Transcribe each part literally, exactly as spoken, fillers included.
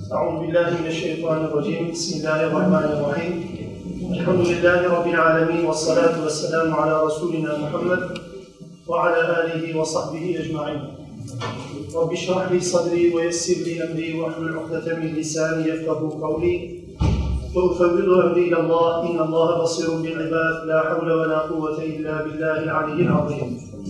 أعوذ بالله من الشيطان الرجيم بسم الله الرحمن الرحيم الحمد لله رب العالمين والصلاة والسلام على رسولنا محمد وعلى آله وصحبه أجمعين رب اشرح لي صدري ويسر لي أمري واحلل عقدة من لساني يفقهوا قولي وأفوض أمري إلى الله إن الله بصير بالعباد لا حول ولا قوة إلا بالله العلي العظيم.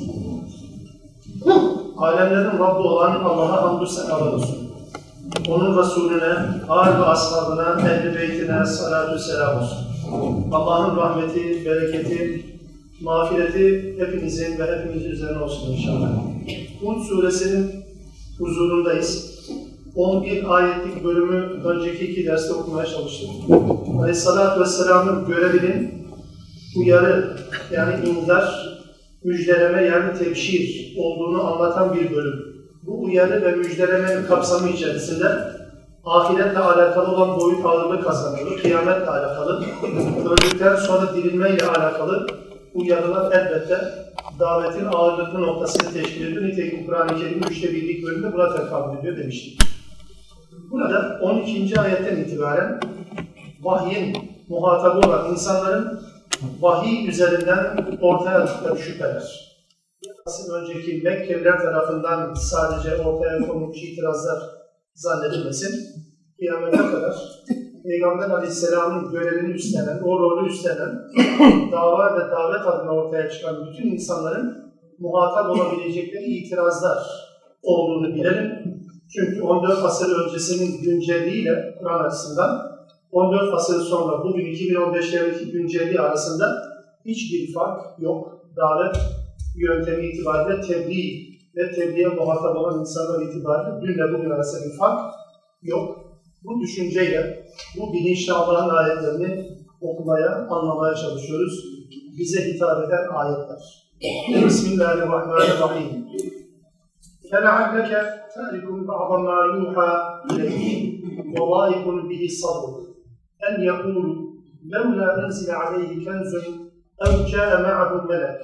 Alemlerin Rabbi olan Allah'a hamdü senalar olsun. Onun Resulüne, âl ve ashabına, ehl-i beytine salâtu selam olsun. Allah'ın rahmeti, bereketi, mağfireti hepinizin ve hepimizin üzerine olsun inşallah. Hud suresinin huzurundayız. on bir ayetlik bölümü önceki iki derste okumaya çalıştık. Aleyhissalâtu vesselam'ın görevinin uyarı, yani inzar, müjdeleme yani tebşir olduğunu anlatan bir bölüm. Bu uyarı ve müjdelemenin kapsamı içerisinde ahiretle alakalı olan boyut ağırlığı kazanıyor, kıyametle alakalı, öldükten sonra dirilmeyle alakalı uyarılar elbette davetin ağırlıklı noktasını teşkil ediyor. Nitekim Kur'an-ı Kerim'in üçte birlik bölümünde buna tekabül ediyor demiştik. Burada on ikinci ayetten itibaren vahyin muhatabı olan insanların vahiy üzerinden ortaya attıkları şüpheler. Aslında önceki Mekkeliler tarafından sadece ortaya konmuş itirazlar zannedilmesin. Kıyamete kadar Peygamber Aleyhisselam'ın görevini üstlenen, o rolü üstlenen, dava ve davet adına ortaya çıkan bütün insanların muhatap olabilecekleri itirazlar olduğunu bilelim. Çünkü on dört asır öncesinin güncelliğiyle Kur'an açısından on dört asır sonra bugün iki bin on beşlerdeki güncelliği arasında hiçbir fark yok. Davet yöntemi itibariyle tebliğ ve tebliğe muhatap olan insanlar itibariyle dünle bugün arasında bir fark yok. Bu düşünceyle, bu bilinçli Allah'ın ayetlerini okumaya, anlamaya çalışıyoruz. Bize hitap eden ayetler. Bismillahirrahmanirrahim. فَلَعَلَّكَ تَعْرِكُمْ بَعْضَ مَا يُوحَى إِلَيْهِ وَضَائِقٌ بِهِ صَدْرُكَ أَنْ يَقُولُ لَوْلَا أَنْزِلَ عَلَيْهِ كَنْزٌ اَوْ جَاءَ مَعَهُ مَلَكٌ.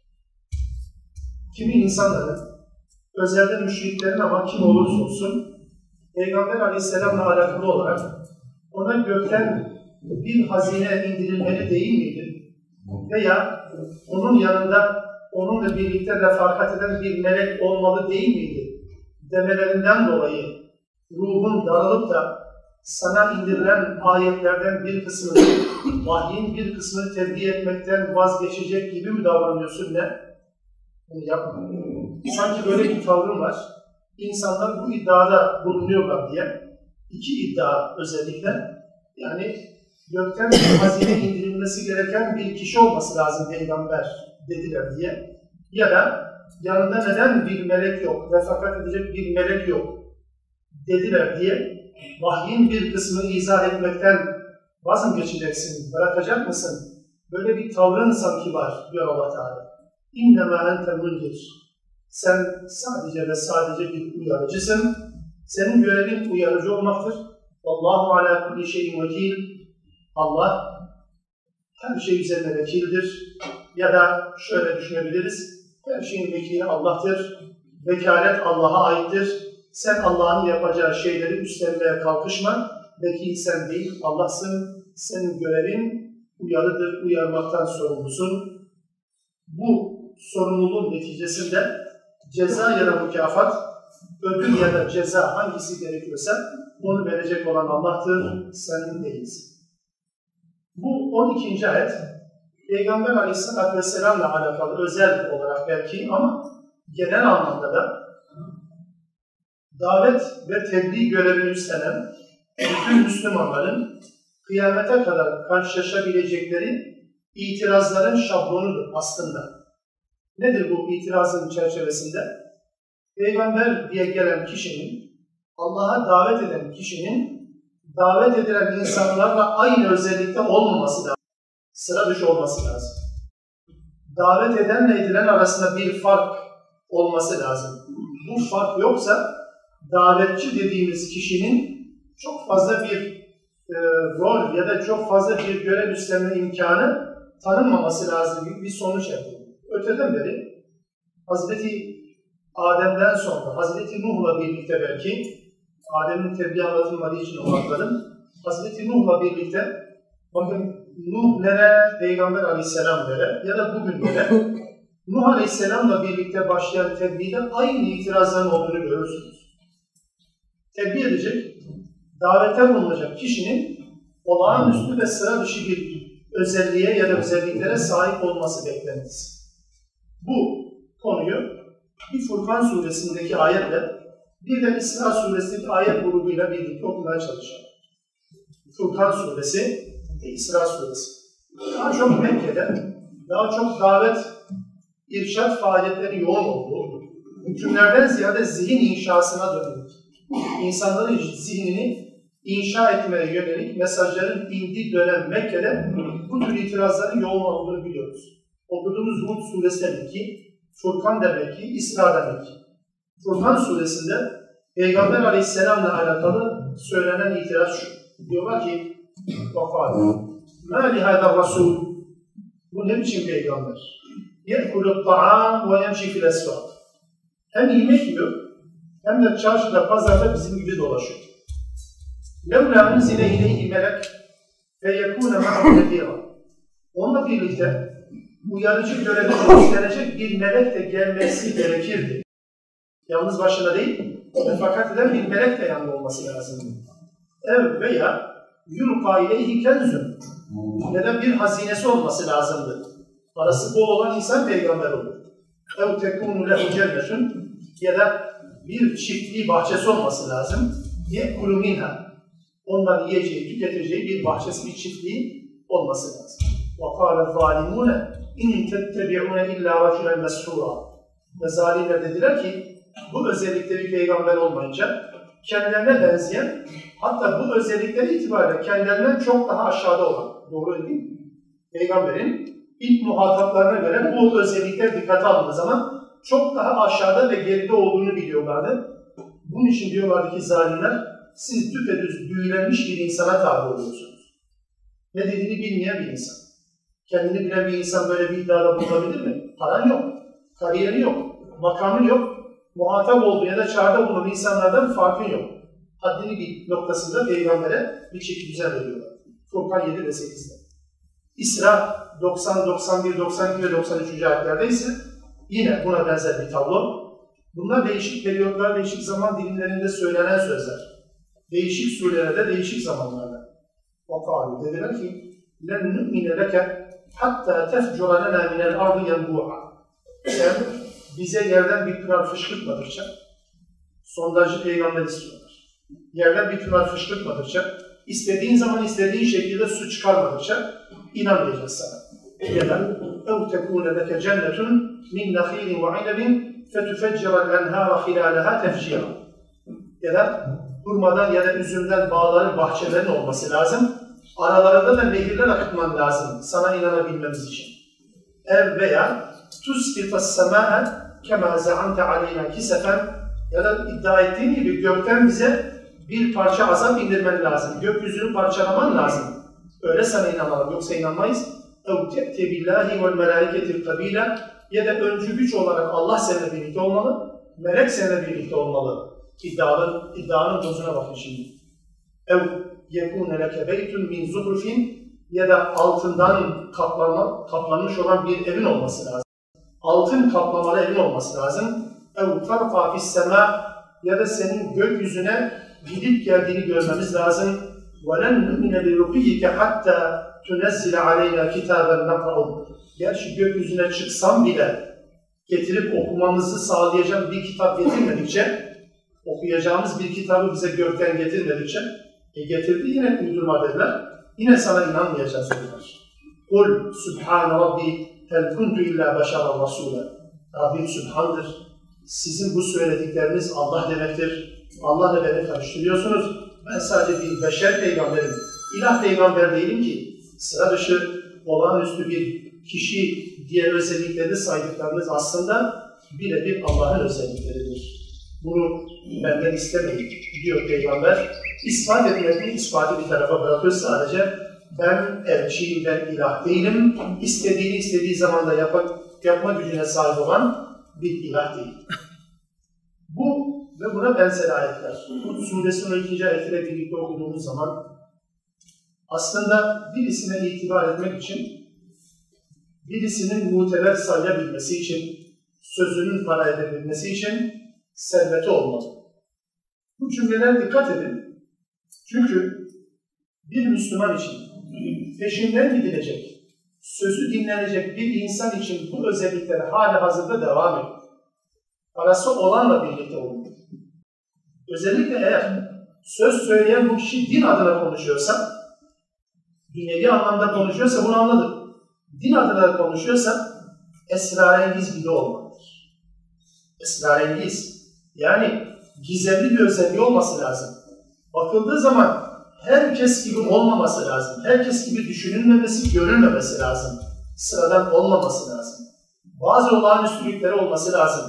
Kimi insanların, özellikle müşriklerin ama kim olursa olsun, Peygamber Aleyhisselam'la alakalı olarak ona gökten bir hazine indirilmeli değil miydi? Veya onun yanında onunla birlikte refakat eden bir melek olmalı değil miydi? Demelerinden dolayı ruhun daralıp da sana indirilen ayetlerden bir kısmını, vahyin bir kısmını tebliğ etmekten vazgeçecek gibi mi davranıyorsun ne? Bunu yapma. Sanki böyle bir tavrın var. İnsanlar bu iddiada bulunuyorlar diye. İki iddia özellikle. Yani gökten bir hazine indirilmesi gereken bir kişi olması lazım peygamber dediler diye. Ya da yanında neden bir melek yok, refakat edecek bir melek yok dediler diye vahyin bir kısmını izah etmekten vaz mı geçeceksin, bırakacak mısın? Böyle bir tavrın sanki var diyor Allah Teala. İnnemâ ente munzir. Sen sadece ve sadece bir uyarıcısın. Senin görevin uyarıcı olmaktır. Allahu alâ kulli şeyin vekil. Allah her şey üzerine vekildir. Ya da şöyle düşünebiliriz. Her şeyin vekili Allah'tır. Vekalet Allah'a aittir. Sen Allah'ın yapacağı şeyleri üstlenmeye kalkışma. Vekil sen değil, Allah'sın. Senin görevin uyarıdır, uyarmaktan sorumlusun. Bu sorumluluğun neticesinde ceza ya da mükafat, ödül ya da ceza hangisi gerekiyorsa onu verecek olan Allah'tır, senin değilsin. Bu on ikinci ayet, Peygamber Aleyhisselatü Vesselam'la alakalı özel olarak belki ama genel anlamda da davet ve tebliğ görevini üstlenen bütün Müslümanların kıyamete kadar karşılaşabilecekleri itirazların şablonudur aslında. Nedir bu itirazın çerçevesinde? Peygamber diye gelen kişinin, Allah'a davet eden kişinin davet edilen insanlarla aynı özellikte olmaması lazım. Sıra dışı olması lazım. Davet edenle edilen arasında bir fark olması lazım. Bu fark yoksa davetçi dediğimiz kişinin çok fazla bir e, rol ya da çok fazla bir görev üstlenme imkanı tanınmaması lazım gibi bir sonuç elde ediyor. Öteden beri Hazreti Adem'den sonra Hazreti Nuh'la birlikte belki Adem'in tebliğ anlatılmadığı için odakladım. Hazreti Nuh'la birlikte, bakın Nuh nere, Peygamber Aleyhisselam nere ya da bugün nere, Nuh Aleyhisselam'la birlikte başlayan tebliğde aynı itirazların olduğunu görürsünüz. Tebliğ edecek, davete bulunacak kişinin olağanüstü ve sıra dışı bir özelliğe ya da özelliklere sahip olması beklenmesi. Bu konuyu bir Furkan suresindeki ayetle, bir de İsra suresindeki ayet grubuyla birlikte okumaya çalışalım. Furkan suresi ve İsra suresi. Daha çok Mekke'de, daha çok davet, irşad faaliyetleri yoğun olduğu, hükümlerden ziyade zihin inşasına dönük, insanların zihnini inşa etmeye yönelik mesajların indiği dönem Mekke'de bu tür itirazların yoğun olduğunu biliyoruz. Okuduğumuz Hud suresi demek ki, Furkan demek ki, İsra demek ki. Furkan suresinde Peygamber Aleyhisselam'la alakalı söylenen itiraz şu. Diyorlar ki, وَقَالُ مَا لِهَذَا الرَّسُولُ Bu ne biçim peygamber? يَأْكُلُ الطَّعَامُ وَيَمْشِي فِي الْأَسْوَاقِ Hem yemek yiyor, hem de çarşıda, pazarda bizim gibi dolaşıyor. لَوْلَا اُنْزِلَ اِلَيْهِ مَلَكْ فَيَكُونَ مَعَهُ نَذِيرًا Onunla birlikte uyarıcı görevi gösterecek bir melek de gelmesi gerekirdi. Yalnız başına değil, refakat eden bir melek de yanında olması lazım. Ev veya yulqa ileyhi kenzun ya da bir hazinesi olması lazımdı. Parası bol olan insan peygamber olur. Ev tekunu lehu cennetun ya da bir çiftliği, bahçesi olması lazım. Yekulu minha ondan yiyeceği, tüketeceği bir bahçesi, bir çiftliği olması lazım. وَقَالَ الظَّالِمُونَ اِنْ تَتَّبِعُونَ اِلَّا رَجُلًا مَسْحُورًا Ve zalimler dediler ki, bu özellikte bir peygamber olmayınca kendilerine benzeyen, hatta bu özellikleri itibariyle kendilerinden çok daha aşağıda olan, doğru değil mi? Peygamberin ilk muhataplarına göre bu özellikler dikkate alındığı zaman çok daha aşağıda ve geride olduğunu biliyorlardı. Bunun için diyorlardı ki zalimler, siz düpedüz büyülenmiş bir insana tabi oluyorsunuz. Ne dediğini bilmeyen bir insan. Kendini bilen bir insan böyle bir iddiada bulunabilir mi? Paran yok, kariyeri yok, makamın yok, muhatap olduğu ya da çağrıda bulunan insanlardan farkın yok. Haddini bir noktasında peygambere bir çeki düzen veriyorlar. Furkan yedi ve sekizde. İsra doksan, doksan bir, doksan iki ve doksan üç. ayetlerde ise yine buna benzer bir tablo. Bunlar değişik periyotlar, değişik zaman dilimlerinde söylenen sözler. Değişik surelerde, değişik zamanlarda. وَقَالُوا dediler ki لَنْ نُؤْمِنَ لَكَ hatta tefcura lena minel ardı yenbu'a. Sen bize yerden bir pınar fışkırtmadıkça, sondajcı peygamber istiyorlar. Yerden bir pınar fışkırtmadıkça, istediğin zaman istediğin şekilde su çıkarmadıkça inanmayacağız sana. Ya da اَوْ تَكُونَ لَكَ جَنَّةٌ مِنْ نَخِيلٍ وَعِنَبٍ فَتُفَجِّرَ الْاَنْهَارَ خِلَالَهَا تَفْجِيرًا Ya da hurmadan ya da üzümden bağların, bahçelerin olması lazım. Aralarında da nehirler akıtman lazım sana inanabilmemiz için. Ev veya تُسْقِطَ السَّمَاءَ كَمَا زَعَمْتَ عَلَيْنَا كِسَفًا ya da iddia ettiğin gibi gökten bize bir parça azap indirmen lazım. Gökyüzünü parçalaman lazım. Öyle sana inanalım. Yoksa inanmayız. اَوْ تَأْتِ بِاللّٰهِ وَالْمَلَائِكَةِ الْقَب۪يلَ ya da öncü güç olarak Allah seninle birlikte olmalı, melek seninle birlikte olmalı. İddianın, iddianın dozuna bakın şimdi. اَوْ يَكُونَ لَكَ بَيْتٌ مِنْ زُخْرُفٍ ya da altından kaplanma, kaplanmış olan bir evin olması lazım. Altın kaplamalı evin olması lazım. اَوْ تَرْقَى فِي السَّمَاءِ ya da senin gökyüzüne gidip geldiğini görmemiz lazım. وَلَنْ نُؤْمِنَ بِرُقِيِّكَ حَتَّى تُنَزِّلَ عَلَيْنَا كِتَابًا نَقْرَأُهُ Gerçi gökyüzüne çıksam bile getirip okumamızı sağlayacak bir kitap getirmedikçe, okuyacağımız bir kitabı bize gökten getirmedikçe, e getirdi yine uydurma dediler, yine sana inanmayacağız dediler. قُلْ سُبْحَانَ رَبِّي هَلْ كُنْتُ إِلَّا بَشَرًا رَسُولًا Rabbim Sübhan'dır. Sizin bu söyledikleriniz Allah demektir. Allah'la beni karıştırıyorsunuz. Ben sadece bir beşer peygamberim. İlah peygamber değilim ki. Sıra dışı olağanüstü bir kişi diye özelliklerini saydıklarınız aslında birebir Allah'ın özellikleridir. Bunu benden istemeyin diyor peygamber. İspat etmekini ispatı bir tarafa bırakır sadece. Ben elçiyim, ben ilah değilim. İstediğini istediği zamanda yap yapma gücüne sahip olan bir ilah değil. Bu ve buna benzer ayetler. Hud suresinin on ikinci ayetiyle birlikte okuduğumuz zaman aslında birisine itibar etmek için, birisinin muteber sayabilmesi için, sözünün para edebilmesi için serveti olmalı. Bu cümlelere dikkat edin. Çünkü bir Müslüman için peşinden gidilecek, sözü dinlenecek bir insan için bu özellikler hali hazırda devam ediyor. Parası olanla birlikte olur. Özellikle eğer söz söyleyen bu kişi din adına konuşuyorsa, dünyevi anlamda konuşuyorsa bunu anladık. Din adına konuşuyorsa esrarengiz biri olmalıdır. Esrarengiz. Yani gizemli bir özelliği olması lazım. Bakıldığı zaman herkes gibi olmaması lazım. Herkes gibi düşünülmemesi, görülmemesi lazım. Sıradan olmaması lazım. Bazı olağanüstülükleri olması lazım.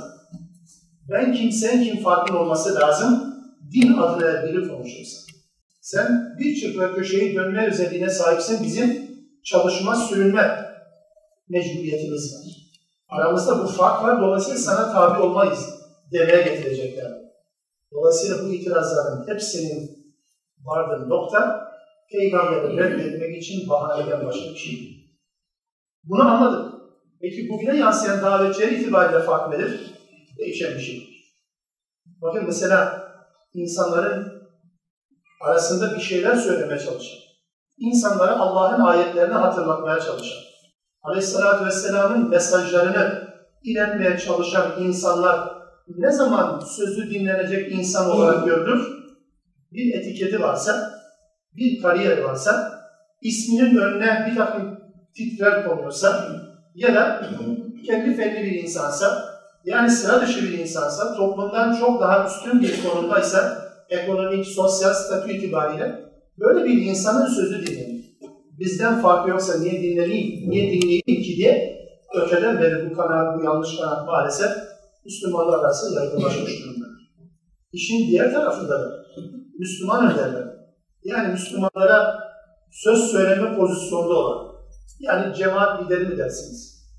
Ben kim, sen kim farkın olması lazım. Din adına biri konuşursa. Sen bir çırpı köşeyi dönme özelliğine sahipsin. Bizim çalışma, sürünme mecburiyetimiz var. Aramızda bu fark var. Dolayısıyla sana tabi olmayız demeye getirecekler. Dolayısıyla bu itirazların hepsinin vardır nokta, Peygamber'i reddetmek için bahaneden başka bir şey değil. Bunu anladık. Peki bugüne yansıyan davetçiler itibariyle fark nedir? Değişen bir şey. Bakın mesela insanların arasında bir şeyler söylemeye çalışan, insanlara Allah'ın ayetlerini hatırlatmaya çalışan, Aleyhisselatü Vesselam'ın mesajlarını iletmeye çalışan insanlar ne zaman sözü dinlenecek insan olarak görülür? Bir etiketi varsa, bir kariyer varsa, isminin önüne bir takım titrer konuyorsa ya da kendi felli bir insansa, yani sıra dışı bir insansa, toplumdan çok daha üstün bir konumdaysa, ekonomik, sosyal statü itibariyle böyle bir insanın sözü dinlenir. Bizden farkı yoksa niye dinleneyim, niye dinleyeyim ki diye öteden beri bu kanaat, bu yanlış kanaat maalesef Müslümanlar arasında yaygınlaşmış durumda. İşin diğer tarafında da Müslüman önderler, yani Müslümanlara söz söyleme pozisyonda olan, yani cemaat lideri mi dersiniz,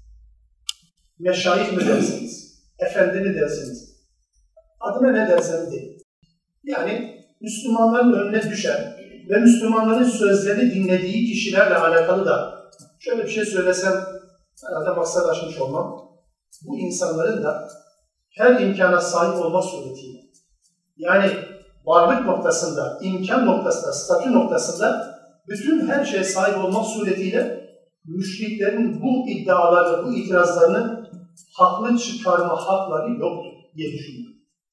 meşayih mi dersiniz, efendi mi dersiniz, adına ne derseniz değil. Yani Müslümanların önüne düşen ve Müslümanların sözlerini dinlediği kişilerle alakalı da şöyle bir şey söylesem herhalde maksat aşmış olmam. Bu insanların da her imkana sahip olmak suretiyle, yani varlık noktasında, imkan noktasında, statü noktasında bütün her şeye sahip olmak suretiyle müşriklerin bu iddialarını, bu itirazlarını haklı çıkarma hakları yoktur diye düşünüyorum.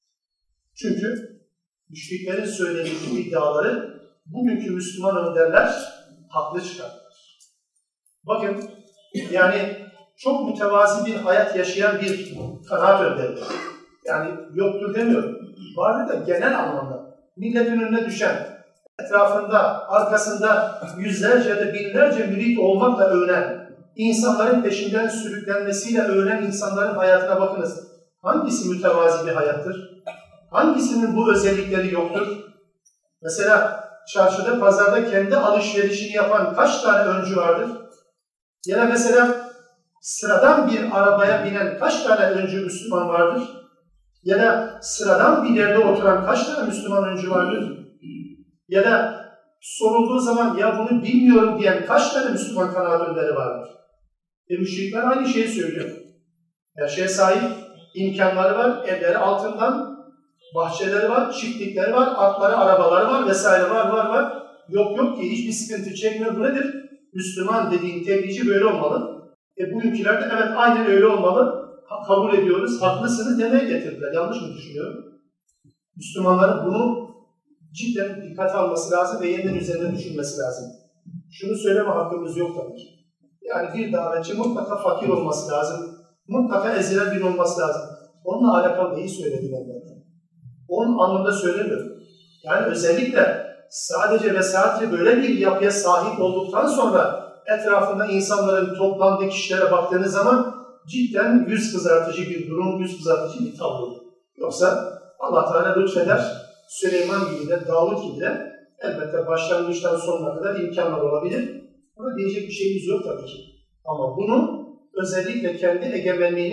Çünkü müşriklerin söylediği bu iddiaları bugünkü Müslüman önderler haklı çıkarttılar. Bakın, yani çok mütevazi bir hayat yaşayan bir kanaat önderi. Yani yoktur demiyorum. Vardır da genel anlamda milletin önüne düşen, etrafında, arkasında yüzlerce ya da binlerce mürit olmakla övünen, insanların peşinden sürüklenmesiyle övünen insanların hayatına bakınız. Hangisi mütevazi bir hayattır? Hangisinin bu özellikleri yoktur? Mesela çarşıda, pazarda kendi alışverişini yapan kaç tane öncü vardır? Ya da mesela sıradan bir arabaya binen kaç tane öncü Müslüman vardır? Ya da sıradan bir yerde oturan kaç tane Müslüman öncü vardır? Ya da sorulduğu zaman ya bunu bilmiyorum diyen kaç tane Müslüman kanaat önderi vardır? E müşrikler aynı şeyi söylüyor. Her şeye sahip, imkanları var, evleri altından, bahçeleri var, çiftlikleri var, atları, arabaları var vesaire var, var, var. Yok yok ki hiçbir sıkıntı çekmiyor. Bu nedir? Müslüman dediğin tebliğci böyle olmalı. E bugünküler de evet aynen öyle olmalı. Ha, kabul ediyoruz, haklısınız demeye getirdiler. Yanlış mı düşünüyorum? Müslümanların bunu cidden dikkate alması lazım ve yeniden üzerinde düşünmesi lazım. Şunu söyleme hakkımız yok tabii ki. Yani bir davetçi mutlaka fakir olması lazım. Mutlaka ezilen bir olması lazım. Onunla alakalı neyi söyledi ben? Onun anlamda söylemiyorum. Yani özellikle sadece ve sadece böyle bir yapıya sahip olduktan sonra etrafında insanların toplandığı kişilere baktığınız zaman cidden yüz kızartıcı bir durum, yüz kızartıcı bir tablo. Yoksa Allah Teala lütfeder, Süleyman gibi de, Davut gibi de elbette başlangıçtan sonuna kadar imkanlar olabilir. Ama diyecek bir şeyimiz yok tabii ki. Ama bunu özellikle kendi egemenliğini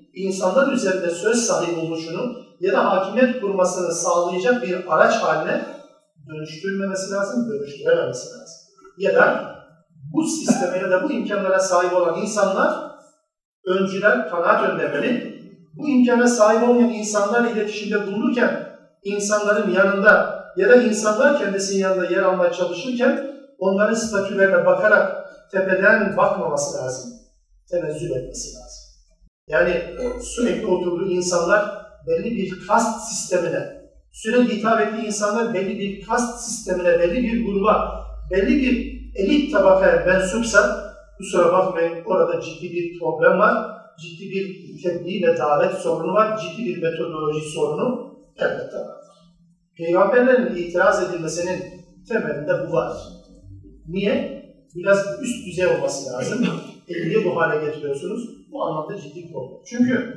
insanlar üzerinde söz sahibi oluşunu ya da hakimiyet kurmasını sağlayacak bir araç haline dönüştürmemesi lazım, dönüştürememesi lazım. Ya da bu sisteme ya da bu imkanlara sahip olan insanlar, öncüler, kanaat önderleri, bu imkana sahip olmayan insanlarla iletişimde bulunurken, insanların yanında ya da insanlar kendisinin yanında yer almaya çalışırken, onların statülerine bakarak tepeden bakmaması lazım, tenezzül etmesi lazım. Yani sürekli oturduğu insanlar belli bir kast sistemine, sürekli hitap ettiği insanlar belli bir kast sistemine, belli bir gruba, belli bir elit tabakaya mensupsa, kusura bakmayın, orada ciddi bir problem var, ciddi bir tebliğ ve davet sorunu var, ciddi bir metodoloji sorunu elbette var. Peygamberlerin itiraz edilmesinin temelinde bu var. Niye? Biraz üst düzey olması lazım. Niye bu hale getiriyorsunuz? Bu anlamda ciddi bir problem. Çünkü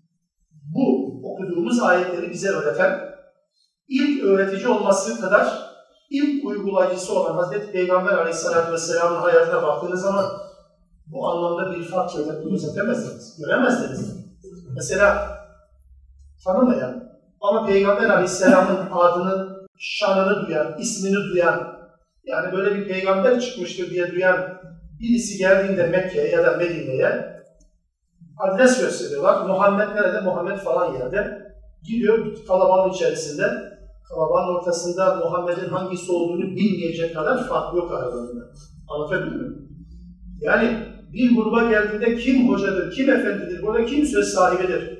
bu okuduğumuz ayetleri bize öğreten, ilk öğretici olması kadar ilk uygulayıcısı olan Hazreti Peygamber Aleyhisselatü Vesselam'ın hayatına baktığınız zaman bu anlamda bir fark gözetemezdiniz, göremezdiniz. Mesela tanımayan ama Peygamber Aleyhisselam'ın adını, şanını duyan, ismini duyan, yani böyle bir peygamber çıkmıştır diye duyan birisi geldiğinde Mekke'ye ya da Medine'ye adres gösteriyorlar. Muhammed nerede? Muhammed falan yerde. Gidiyor kalabalığın içerisinde, kalabalığın ortasında Muhammed'in hangisi olduğunu bilmeyecek kadar fark yok aralarında. Anlatabiliyor muyum? Yani bir gruba geldiğinde kim hocadır, kim efendidir, burada kim söz sahibidir?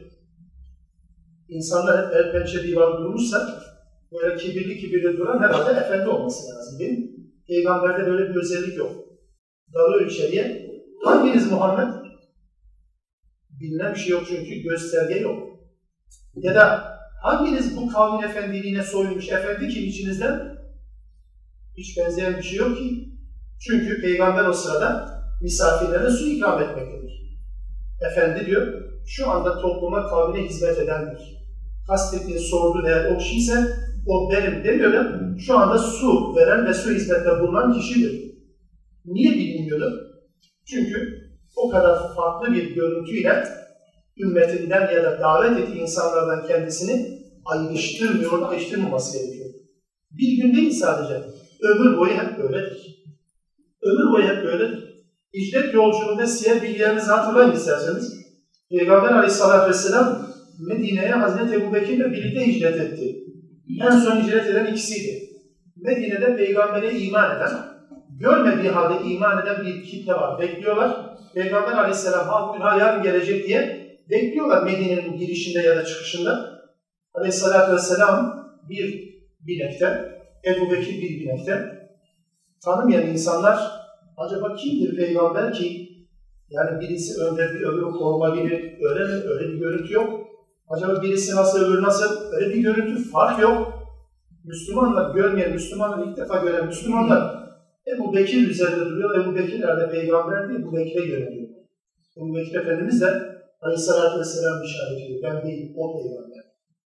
İnsanlar hep el pençe divan durmuşsa, böyle kibirli kibirli duran herhalde efendi olması lazım değil mi? Peygamberde böyle bir özellik yok. Dalıyor içeriye. Hanginiz Muhammed? Bilinen bir şey yok çünkü gösterge yok. Ya da hanginiz bu kavmin efendiliğine soyulmuş efendi kim içinizden? Hiç benzeyen bir şey yok ki. Çünkü Peygamber o sırada misafirlere su ikram etmektedir. Efendi diyor, şu anda topluma, kavmine hizmet edendir. Kastettiğin sorduğun eğer o kişiyse, o benim demiyor da şu anda su veren ve su hizmetine bulunan kişidir. Niye bilinmiyordu? Çünkü o kadar farklı bir görüntüyle ümmetinden ya da davet ettiği insanlardan kendisini ayrıştırmıyor, ayrıştırmaması gerekiyor. Bir gün değil sadece, ömür boyu hep böyledir. Ömür boyu hep böyledir. Hicret yolculuğunda siyer bilgilerinizi hatırlayın isterseniz. Peygamber Aleyhisselatü Vesselam Medine'ye Hazreti Ebubekir'le birlikte hicret etti. En son hicret eden ikisiydi. Medine'de Peygamber'e iman eden, görmediği halde iman eden bir kitle var. Bekliyorlar. Peygamber Aleyhisselam ha bugün ha yarın gelecek diye bekliyorlar Medine'nin girişinde ya da çıkışında. Aleyhisselatü Vesselam bir binekte, Ebubekir bir binekte. Tanımayan insanlar acaba kimdir peygamber ki? Yani birisi önde bir öbürü koruma gibi öyle mi? Öyle bir görüntü yok. Acaba birisi nasıl öbürü nasıl? Öyle bir görüntü fark yok. Müslümanlar görmeyen, Müslümanlar ilk defa gören Müslümanlar Ebu Bekir üzerinde duruyor. Ebu Bekirler de peygamber değil, Ebu Bekir'e yöneliyor. Ebu Bekir Efendimiz de Aleyhisselatü Vesselam işaret ediyor. Ben değil, o peygamber.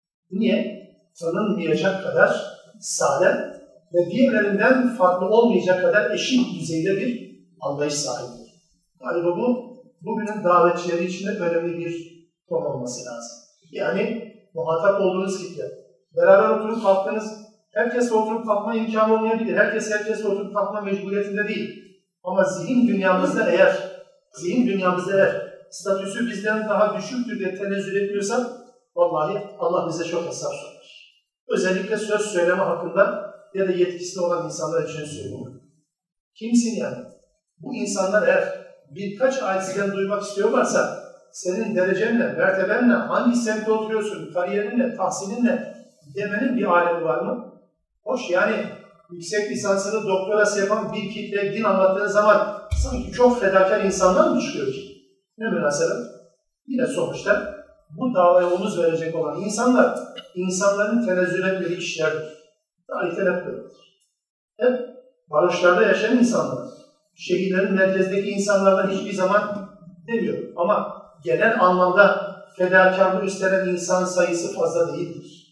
Niye? Tanınmayacak kadar sade ve diğerlerinden farklı olmayacak kadar eşit düzeyde bir anlayış sahibidir. Galiba bu, bugünün davetçileri için de önemli bir konu olması lazım. Yani muhatap olduğunuz kitle. Beraber oturup kalktınız, herkesle oturup kalkma imkanı olmayabilir. Herkes herkesle oturup kalkma mecburiyetinde değil. Ama zihin dünyamızda eğer, zihin dünyamızda eğer statüsü bizden daha düşüktür diye tenezzül etmiyorsak, vallahi Allah bize çok hesap sorar. Özellikle söz söyleme hakkında ya da yetkisi olan insanlar için söylüyorum. Kimsin yani? Bu insanlar eğer birkaç ayet sizden duymak istiyorlarsa, senin derecenle, mertebenle, hangi semtte oturuyorsun, kariyerinle, tahsilinle demenin bir alemi var mı? Hoş yani yüksek lisansını doktorası yapan bir kitle din anlattığın zaman sanki çok fedakar insanlar mı çıkıyor ki? Ne münasebet? Yine sonuçta bu davaya omuz verecek olan insanlar, insanların tenezzül etmediği kişilerdir. Tarihten hep böyledir. Hep varoşlarda yaşayan insanlar. Şehirlerin merkezdeki insanlardan hiçbir zaman demiyorum. Ama genel anlamda fedakarlığı üstlenen insan sayısı fazla değildir.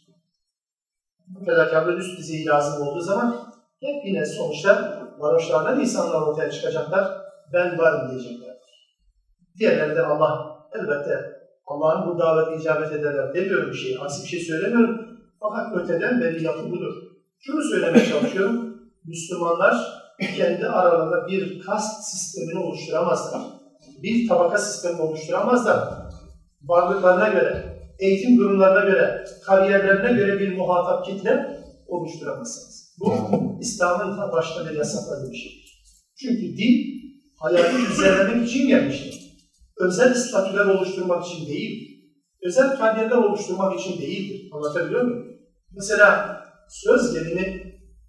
Bu fedakarlığın üst düzeyi lazım olduğu zaman hep yine sonuçta varoşlardan insanlar ortaya çıkacaklar. Ben varım diyecekler. Diğerlerinde Allah elbette Allah'ın bu davete icabet ederler demiyorum bir şey, aksi bir şey söylemiyorum. Fakat öteden beri yapı budur. Şunu söylemeye çalışıyorum, Müslümanlar kendi aralarında bir kast sistemini oluşturamazlar. Bir tabaka sistemini oluşturamazlar. Varlıklarına göre, eğitim durumlarına göre, kariyerlerine göre bir muhatap kitle oluşturamazsınız. Bu İslam'ın başta beri yasakladığı bir şeydir. Çünkü din hayatı düzenlemek için gelmiştir. Özel statüler oluşturmak için değil, özel kariyerler oluşturmak için değildir. Anlatabiliyor muyum? Mesela söz gelimi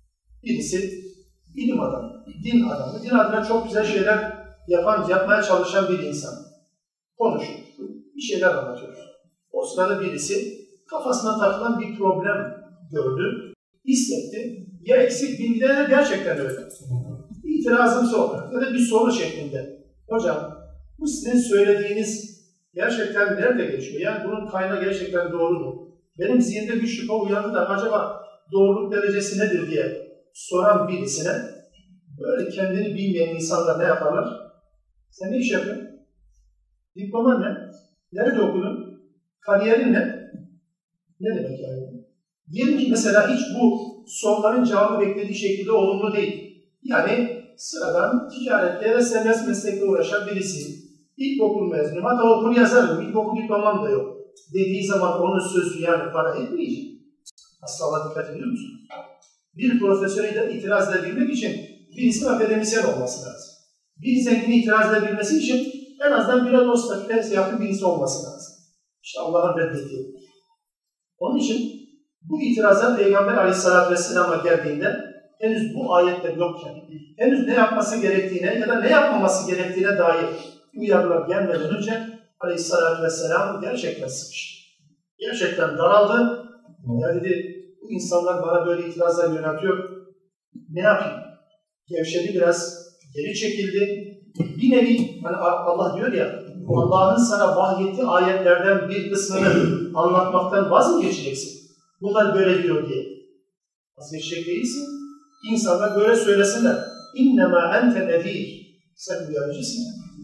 birisi ilim adamı, din adamı, din adına çok güzel şeyler yapan, yapmaya çalışan bir insan. Konuşuyor, bir şeyler anlatıyor. O sırada birisi kafasına takılan bir problem gördü, hissetti. Ya eksik bilgiler gerçekten öyle. İtirazımsı olarak ya da bir soru şeklinde. Hocam, bu sizin söylediğiniz gerçekten nerede geçiyor? Yani bunun kaynağı gerçekten doğru mu? Benim zihnimde bir şüphe uyandı da acaba doğruluk derecesi nedir diye soran birisine böyle kendini bilmeyen insanlar ne yaparlar? Sen ne iş yapıyorsun? Diploman ne? Nerede okudun? Kariyerin ne? Ne demek yani? Diyelim ki mesela hiç bu soruların cevabı beklediği şekilde olumlu değil. Yani sıradan ticaretle ya da serbest meslekle uğraşan birisi. İlkokul mezunu, hatta okur yazarım, ilkokul diplomam da yok dediği zaman onun sözü yani para etmeyecek. Hastalığa dikkat ediyor musunuz? Bir profesöre de itiraz edebilmek için birisinin akademisyen olması lazım. Bir zengini itiraz edebilmesi için en azından biraz o statüye yakın birisi olması lazım. İşte Allah'ın reddettiği. Onun için bu itirazlar Peygamber Aleyhisselatü Vesselam'a geldiğinde henüz bu ayetler yokken, henüz ne yapması gerektiğine ya da ne yapmaması gerektiğine dair uyarılar gelmeden önce Aleyhisselatü Vesselam gerçekten sıkıştı. Gerçekten daraldı. Ya dedi, bu insanlar bana böyle itirazlar yöneltiyor. Ne yapayım? Gevşedi biraz, geri çekildi. Bir nevi, hani Allah diyor ya, Allah'ın sana vahyettiği ayetlerden bir kısmını anlatmaktan vaz mı geçeceksin? Bunlar böyle diyor diye. Vazgeçecek değilsin. İnsanlar böyle söylesinler. İnnemâ ente nezîr. Sen uyarıcısın.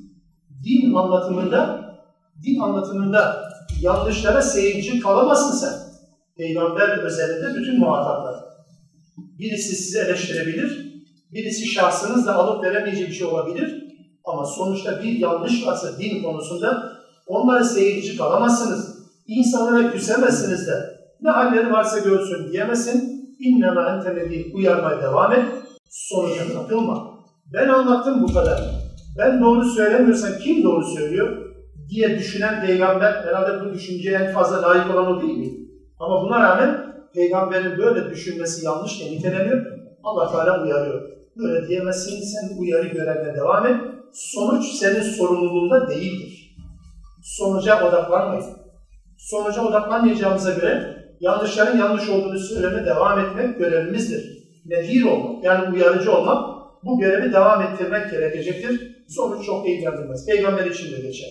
Din anlatımında, din anlatımında yanlışlara seyirci kalamazsın sen. Peygamber özelinde bütün muhataplar. Birisi sizi eleştirebilir, birisi şahsınızla alıp veremeyeceği bir şey olabilir. Ama sonuçta bir yanlış varsa din konusunda onlara seyirci kalamazsınız. İnsanlara küsemezsiniz de ne halleri varsa görsün diyemezsin. İnnemâ ente nezîr. Uyarmaya devam et, sonuca takılma. Ben anlattım bu kadar. Ben doğru söylemiyorsam kim doğru söylüyor diye düşünen peygamber herhalde bu düşünceye en fazla layık olan o değil mi? Ama buna rağmen peygamberin böyle düşünmesi yanlış diye niteleniyor. Allah Teala uyarıyor. Böyle diyemezsin, sen uyarı görevine devam et. Sonuç senin sorumluluğunda değildir. Sonuca odaklanmayın. Sonuca odaklanmayacağımıza göre yanlışların yanlış olduğunu söylemeye devam etmek görevimizdir. Nezir olmak, yani uyarıcı olmak, bu görevi devam ettirmek gerekecektir. Sonuç çok ilgilendirmez. Peygamber için de geçer.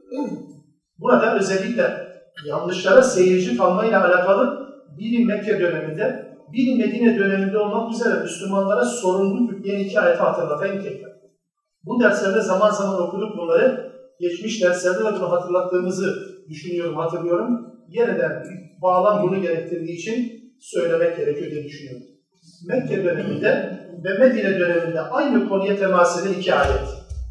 Burada özellikle yanlışlara seyirci kalmayla alakalı biri Mekke döneminde, biri Medine döneminde olmak üzere Müslümanlara sorumluluk yükleyen iki ayeti hatırlatayım tekrar. Bu derslerde zaman zaman okuduk bunları. Geçmiş derslerde de bunu hatırlattığımızı düşünüyorum, hatırlıyorum. Yeniden bağlam bunu gerektirdiği için söylemek gerekiyor diye düşünüyorum. Mekke döneminde ve Medine döneminde aynı konuya temas eden iki ayet.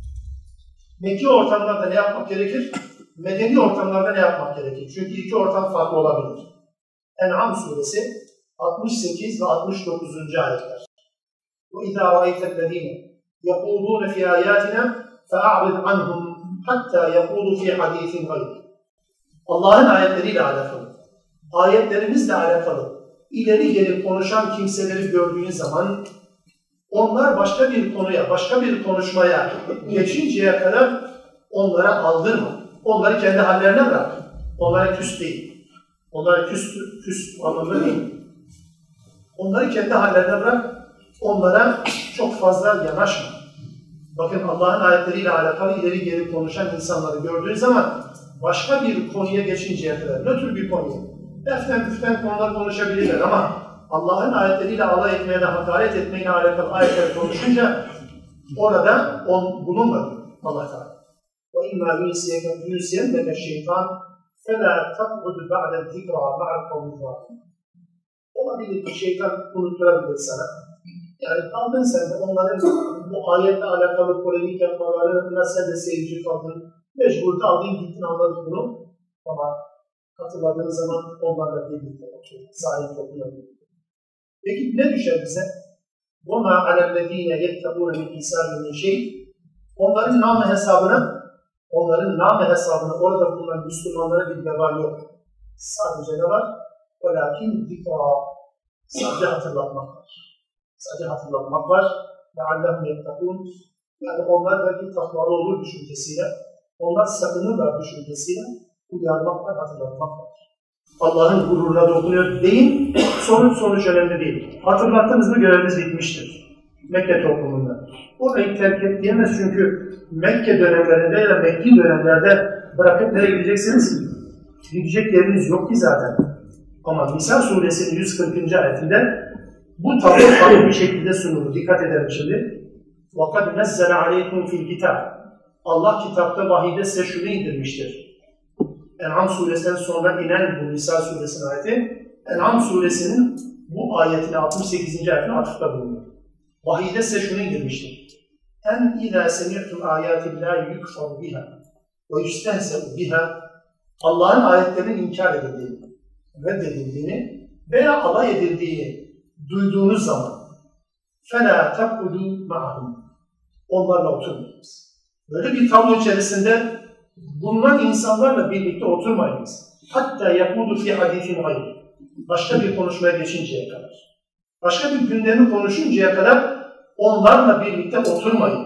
Mekki ortamlarda ne yapmak gerekir? Medeni ortamlarda ne yapmak gerekir? Çünkü iki ortam farklı olabilir. En'am suresi altmış sekiz ve altmış dokuzuncu ayetler. وَاِذَا رَأَيْتَ الَّذ۪ينَ يَقُولُونَ فِي آيَاتِنَا فَاَعْرِضْ عَنْهُمْ حَتَّى يَقُولُوا فِي حَد۪يثٍ غَيْرٍ. Allah'ın ayetleriyle alakalı, ayetlerimizle alakalı ileri geri konuşan kimseleri gördüğün zaman onlar başka bir konuya, başka bir konuşmaya geçinceye kadar onlara aldırma. Onları kendi hallerine bırak. Onlara küs değil. Onlara küs, küs anlamında değil. Onları kendi hallerine bırak. Onlara çok fazla yanaşma. Bakın Allah'ın ayetleriyle alakalı ileri geri konuşan insanları gördüğün zaman başka bir konuya geçinceye kadar, nötr bir konuya, eften püften konular konuşabilirler ama Allah'ın ayetleriyle alay etmeye de hakaret etmeyle alakalı ayetleri konuşunca orada on bulunmadı Allah Teala. وَاِمَّا يُنْسِيَنَّكَ الشَّيْطَانِ فَلَا تَقْعُدُ بَعْدَ الذِّكْرَى مَعَ الْقَوْمِ الظَّالِمِينَ. Olabilir ki şeytan unutturabilir sana. Yani kaldın sen de onların bu ayetle alakalı polemik yapmalarına sen de seyirci kaldın. Mecbur kaldın, gittin anladın bunu. Ama hatırladığın zaman onlarla birlikte oturuyor. Sahip topluluyor. Peki ne düşer bize? وَمَا عَلَى الَّذ۪ينَ يَتَّقُونَ مِنْ اِنْسَانٍ مِنْ شَيْءٍ. Onların nam hesabına, onların nam hesabına orada bulunan Müslümanlara bir vebal yok. Sadece ne var? وَلَاكِنْ ذِكْرَى. Sadece hatırlatmak var. Sadece hatırlatmak var. لَعَلَّهُمْ يَتَّقُونَ. Yani onlar belki takvalı olur düşüncesiyle, onlar sakınırlar düşüncesiyle uyarmak var, hatırlatmak var. Allah'ın gururuna dokunuyor deyin, sonuç sonuç önemli değil. Hatırlattınız mı göreviniz bitmiştir. Mekke toplumunda. Orayı terk et diyemez çünkü Mekke dönemlerinde ya da Mekki dönemlerde bırakıp nereye gideceksiniz ki? Gidecek yeriniz yok ki zaten. Ama Nisa suresinin yüz kırkıncı ayetinde bu tablo farklı bir şekilde sunulur. Dikkat edelim şimdi. وَقَدْ نَزَّلَ عَلَيْكُمْ فِي الْكِتَابِ. Allah kitapta vahide size şunu indirmiştir. En'am suresinden sonra inen bu Nisa suresinin ayeti, En'am suresinin bu ayetine altmış sekizinci ayetine atıfta bulunuyor. Vahide size şunu indirmiştir. En idâ semi'tum âyâtillâhi yukfaru biha ve yüstehze'u biha. Allah'ın ayetlerinin inkar edildiğini, reddedildiğini veya alay edildiğini duyduğunuz zaman فَلَا تَقْعُدُوا مَعَهُمْ. Onlarla oturmayınız. Böyle bir tablo içerisinde bulunan insanlarla birlikte oturmayınız. Hatta yakudu fi hadisin hayır. Başka bir konuşmaya geçinceye kadar. Başka bir gündemi konuşuncaya kadar onlarla birlikte oturmayın.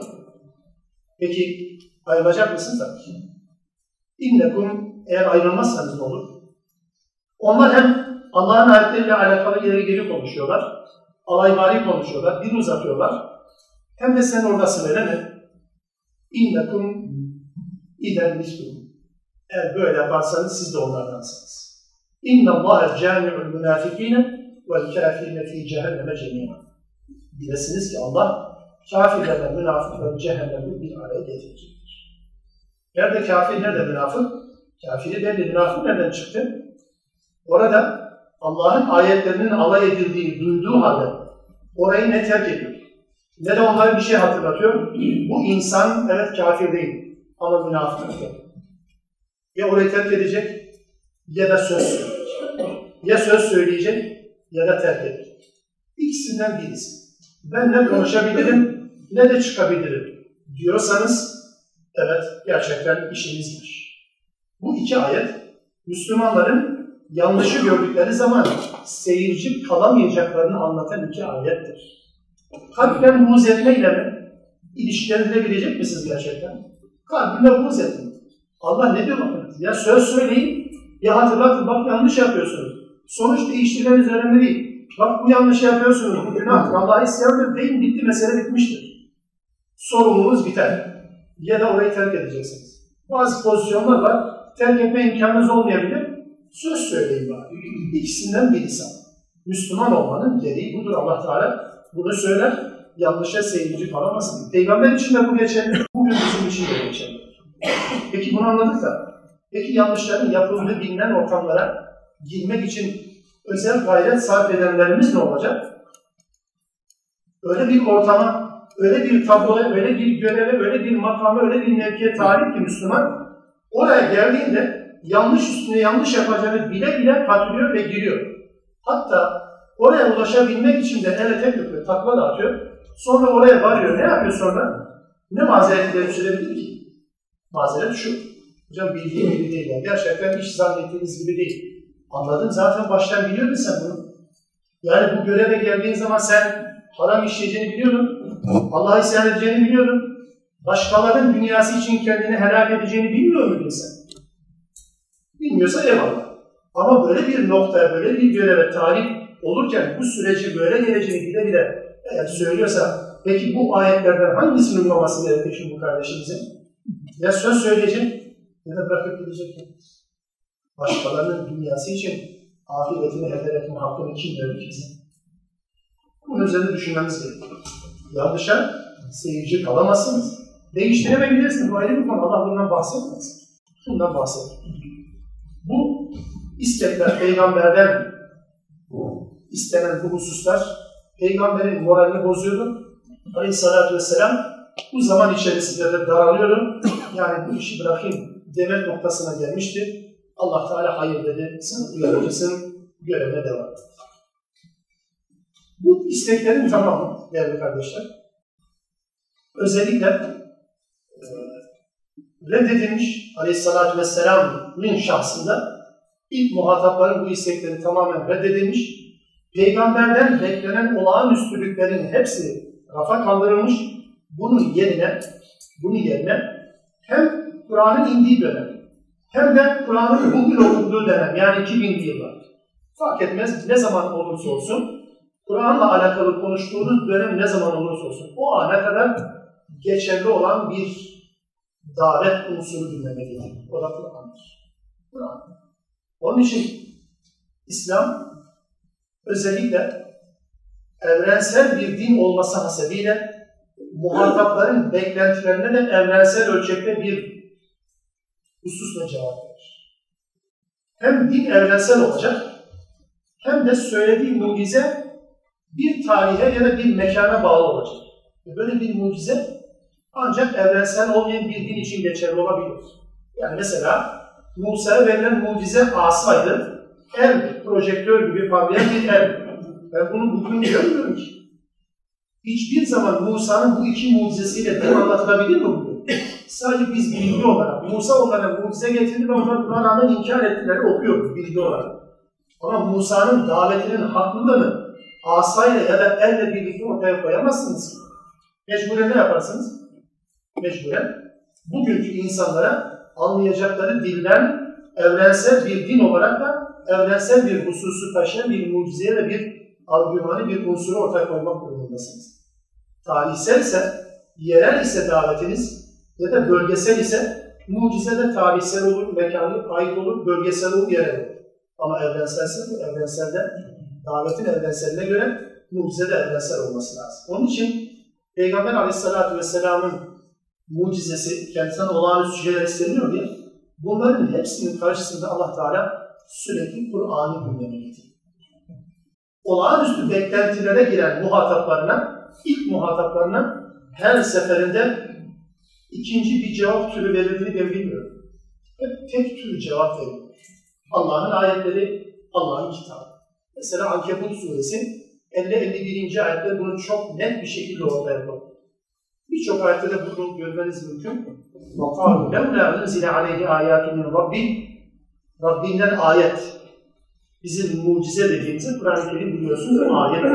Peki ayrılacak mısınız? Tabii. İnnekum, eğer ayrılmazsanız ne olur? Onlar hem Allah'ın ayetleriyle alakalı ileri geri konuşuyorlar, alayvari konuşuyorlar, dil uzatıyorlar. Hem de sen oradasın öyle mi? İnnekum İden mislum. Eğer böyle yaparsanız siz de onlardansınız. İnna Allahe cami'ul münafikine vel kafirine fi cehenneme cemi'a. Bilesiniz ki Allah kafirlerle münafıkları cehenneme bir araya getirecektir. Nerede kafir, nerede münafık? Kafiri belli, münafık nereden çıktı? Orada Allah'ın ayetlerinin alay edildiği, duyduğu halde orayı ne terk ediyor? Ne de onlara bir şey hatırlatıyor. Bu insan evet kafir değil. Ama münafık yok. Ya orayı terk edecek ya da söz söyleyecek. Ya söz söyleyecek ya da terk edecek. İkisinden birisi. Ben ne konuşabilirim ne de çıkabilirim diyorsanız evet gerçekten işinizmiş. Bu iki ayet Müslümanların yanlışı gördükleri zaman seyirci kalamayacaklarını anlatan iki ayettir. Kalpten buğz etmeyle mi ilişkilendirilebilecek misiniz gerçekten? Kalbimle buğz ettin. Allah ne diyor bakın? Ya söz söyleyin, ya hatırlatın, bak yanlış yapıyorsunuz. Sonuç değiştirmeniz önemli değil. Bak bu yanlış yapıyorsunuz, bu günahtır, Allah'a isyandır deyin, bitti, mesele bitmiştir. Sorumluluğunuz biter. Ya da orayı terk edeceksiniz. Bazı pozisyonlar var, terk etme imkanınız olmayabilir. Söz söyleyin bari. İkisinden birisi. Müslüman olmanın gereği budur. Allah Teala bunu söyler. Yanlışa seyirci kalamasın. Peygamber için de bu geçerli, bugün bizim için de geçerli. Peki bunu anladık da, peki yanlışların yapıldığı bilinen ortamlara girmek için özel gayret sarf edenlerimiz ne olacak? Öyle bir ortama, öyle bir tabloya, öyle bir göreve, öyle bir makama, öyle bir mevkiye talip ki Müslüman, oraya geldiğinde yanlış üstüne yanlış yapacağını bile bile patlıyor ve giriyor. Hatta oraya ulaşabilmek için de ele tek yapıyor, takla da atıyor. Sonra oraya varıyor. Ne yapıyor sonra? Ne mazeret ileri sürebilir ki? Mazeret şu. Hocam bildiğim gibi değil. Yani. Gerçekten hiç zannettiğiniz gibi değil. Anladın. Zaten baştan biliyordun sen bunu. Yani bu göreve geldiğin zaman sen haram işleyeceğini biliyordun. Allah'a isyan edeceğini biliyordun. Başkalarının dünyası için kendini helak edeceğini bilmiyor muydun sen? Bilmiyorsa eyvallah. Ama böyle bir noktaya, böyle bir göreve talip olurken bu süreci böyle geleceğini bile bile eğer söylüyorsa, peki bu ayetlerden hangisinin uygulaması gerekir şimdi bu kardeşimizin? Ya söz söyleyecek ya da bırakıp gidecek. Başkalarının dünyası için ahiretini heder etme hakkını kim verdi ki bize? Bunun üzerinde düşünmemiz gerekiyor. Yanlışa seyirci kalamazsınız. Değiştiremeyebilirsiniz. Bu ayrı bir konu. Allah bundan bahsetmez. Bundan bahsetmez. Bu istekler peygamberden istenen bu hususlar peygamberin moralini bozuyordu. Aleyhissalatü vesselam bu zaman içerisinde de daralıyordu. Yani bu işi bırakayım demek noktasına gelmişti. Allah Teala hayır dedi. Sen uyarıcısın, görevine devam et. Bu isteklerin tamamı değerli kardeşler. Özellikle e, reddedilmiş Aleyhissalatü vesselam'ın şahsında ilk muhatapların bu istekleri tamamen reddedilmiş. Peygamberden beklenen olağanüstülüklerin hepsi rafa kaldırılmış. Bunun yerine, bunun yerine hem Kur'an'ın indiği dönem, hem de Kur'an'ın bugün okunduğu dönem, yani iki binli yıllar. Fark etmez ne zaman olursa olsun, Kur'an'la alakalı konuştuğunuz dönem ne zaman olursa olsun, o ana kadar geçerli olan bir davet unsuru dinlemelidir. O da Kur'an'dır. Kur'an. Onun için İslam özellikle evrensel bir din olması hasebiyle muhatapların beklentilerine de evrensel ölçekte bir hususla cevap verir. Hem din evrensel olacak, hem de söylediği mucize bir tarihe ya da bir mekana bağlı olacak. Böyle bir mucize ancak evrensel olmayan bir din için geçerli olabilir. Yani mesela Musa'ya verilen mucize asaydı, el, projektör gibi parlayan bir el. Ben bunu bugün görmüyorum ki. Hiçbir zaman Musa'nın bu iki mucizesiyle din anlatılabilir mi bugün? Sadece biz bilgi olarak, Musa onlara mucize getirdi ve onlar buna rağmen inkar ettiler, okuyoruz bilgi olarak. Ama Musa'nın davetinin haklılığını asayla ya da elle birlikte ortaya koyamazsınız. Mecburen ne yaparsınız? Mecburen bugünkü insanlara anlayacakları dilden evrensel bir din olarak da evrensel bir hususu taşıyan bir mucizeye ve bir argümanı, bir unsuru ortaya koymak durumundasınız. Tarihsel ise, yerel ise davetiniz ya da bölgesel ise mucize de tarihsel olur, mekanı ait olur, bölgesel olur, yerel olur. Ama evrenselse, evrenselde davetin evrenseline göre mucize de evrensel olması lazım. Onun için Peygamber Aleyhisselatü Vesselam'ın mucizesi, kendisinden olağanüstü şeyler isteniyor diye bunların hepsinin karşısında Allah Teala sürekli Kur'an'ı gündeme getiriyor. Olağanüstü beklentilere giren muhataplarına, ilk muhataplarına her seferinde ikinci bir cevap türü verildiğini ben bilmiyorum. Hep tek tür cevap veriyor. Allah'ın ayetleri, Allah'ın kitabı. Mesela Ankebut suresi elli elli birinci ayette bunu çok net bir şekilde ortaya koyuyor. Birçok ayette de bunu görmeniz mümkün. وَقَالُوا لَوْلَا اُنْزِلَ عَلَيْهِ آيَاتٌ مِنْ رَبِّهِ Rabbinden ayet. Bizim mucize dediğimizi Kur'an-ı Kerim biliyorsunuz ayet.